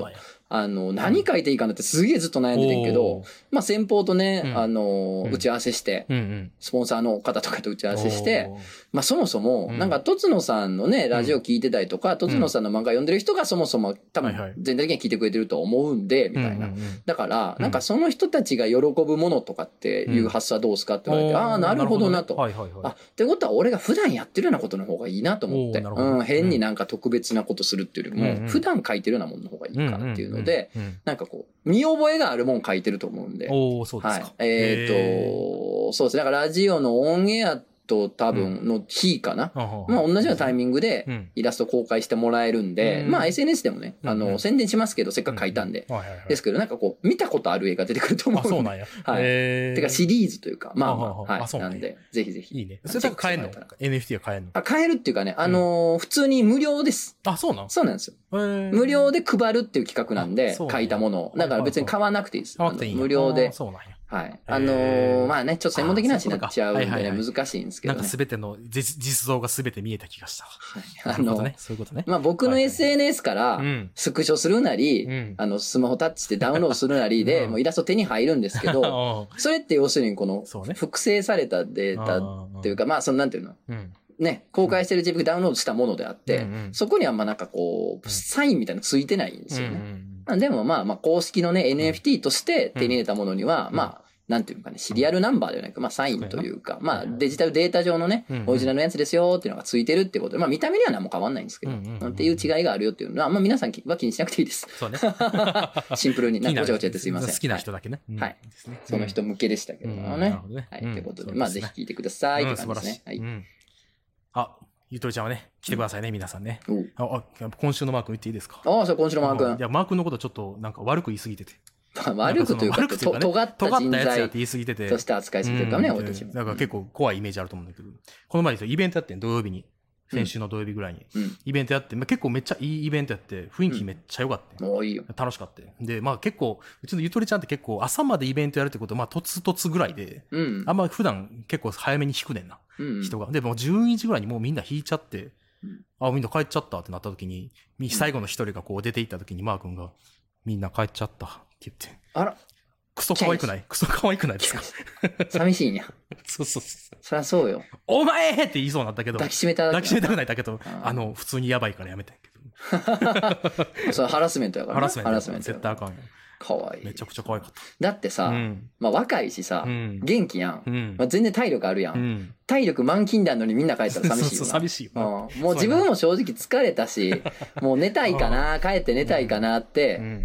何書いていいかなってすげえずっと悩んでてんけど、まあ先方とね、打ち合わせして、スポンサーの方とかと打ち合わせして、まあそもそも、なんか、とつのさんのね、ラジオ聞いてたりとか、とつのさんの漫画読んでる人がそもそも多分全体的に聞いてくれてると思うんで、みたいな。だから、なんかその人たちが喜ぶものとかっていう発想はどうすかって言われて、ああ、なるほどなと。あ、ってことは俺が普段やってるようなことの方がいいなと思って、変になんか特別なことするっていうよりも、普段書いてるようなものの方がいいかなっていうので、なんかこう、見覚えがあるもん書いてると思うんで。 そうですか。 そうですね。だからラジオのオンエアと多分の日かな。まあ同じようなタイミングでイラスト公開してもらえるんで、まあ SNS でもね、宣伝しますけど、せっかく書いたんで。ですけど、なんかこう、見たことある絵が出てくると思うんで。 そうなんや。 はい。てかシリーズというか、まあまあ、はい。なんで、ぜひぜひ。 いいね。それ買えんの ?NFT は買えんの？ 買えるっていうかね、普通に無料です。 そうなん？ そうなんですよ。無料で配るっていう企画なんで、書いたものを。だから別に買わなくていいです。無料で。 そうなんや。 はい。まあね、ちょっと専門的な話になっちゃうんでね、難しいんですけどね。 なんか全ての実像が全て見えた気がした。はい。そういうことね。 まあ僕の SNS からスクショするなり、スマホタッチしてダウンロードするなりで、もうイラスト手に入るんですけど、それって要するにこの、複製されたデータっていうか、まあそのなんていうの？ね、公開してる JPEG ダウンロードしたものであって、そこにはまあなんかこう、サインみたいなのついてないんですよね。でもまあ公式のね、NFT として手に入れたものには、まあ、なんていうかね、シリアルナンバーではないか、まあサインというか、まあデジタルデータ上のね、オリジナルのやつですよっていうのがついてるってことで、まあ見た目には何も変わんないんですけど、っていう違いがあるよっていうのは、まあ皆さんは気にしなくていいです。 そうね。 シンプルに、なんかごちゃごちゃやってすいません。 好きな人だけね。 はい。その人向けでしたけどね。はい。ということで、まあぜひ聞いてくださいって感じですね。はい。 ゆとりちゃんはね、来てくださいね、皆さんね。今週のマー君言っていいですか？ そう、今週のマー君。 いや、マー君のことちょっとなんか悪く言いすぎてて。 悪くというか、尖った人やつやって言いすぎてて。 として扱いすぎてるかね、私も。 だから結構怖いイメージあると思うんだけど。この前イベントやってん、土曜日に。先週の土曜日ぐらいに。イベントやって、結構めっちゃいいイベントやって、雰囲気めっちゃ良かった。 いいよ。 楽しかった。で、まあ結構、うちのゆとりちゃんって結構朝までイベントやるってことは、まあとつぐらいで、あんま普段結構早めに引くねんな。人が。で、もう12時ぐらいにもうみんな引いちゃって、みんな帰っちゃったってなった時に、最後の一人がこう出て行った時にマー君が、みんな帰っちゃったって言って。 あら。 クソ可愛くないですか？ 寂しいんや。 そう。そりゃそうよ。 お前って言いそうになったけど。 抱きしめたくないだけど、普通にやばいからやめたんやけど。それハラスメントやからね。 ハラスメント。絶対あかんよ。 かわいい。 めちゃくちゃ可愛かった。 だってさ、まあ若いしさ、元気やん。まあ全然体力あるやん。体力満勤だのにみんな帰ったら寂しいよ。 寂しいよ。 もう自分も正直疲れたし、もう寝たいかな、帰って寝たいかなって、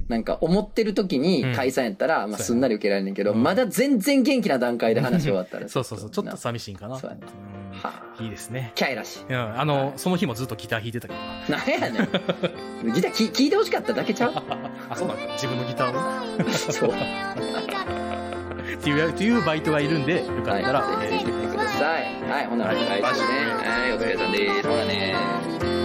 なんか思ってる時に解散やったら、まあすんなり受けられるんけど、まだ全然元気な段階で話終わったら。 そう。ちょっと寂しいんかな。いいですね。 キャイらしい。 その日もずっっとギター弾いてたけどな。なんやねん。ギター聴いてほしかっただけちゃう？ そうなんだ。自分のギターを。 そう。 っていうバイトがいるんで、よかったら、 来てください。はい、ほな、お願いしますね。はい、お疲れさんです。ほらね。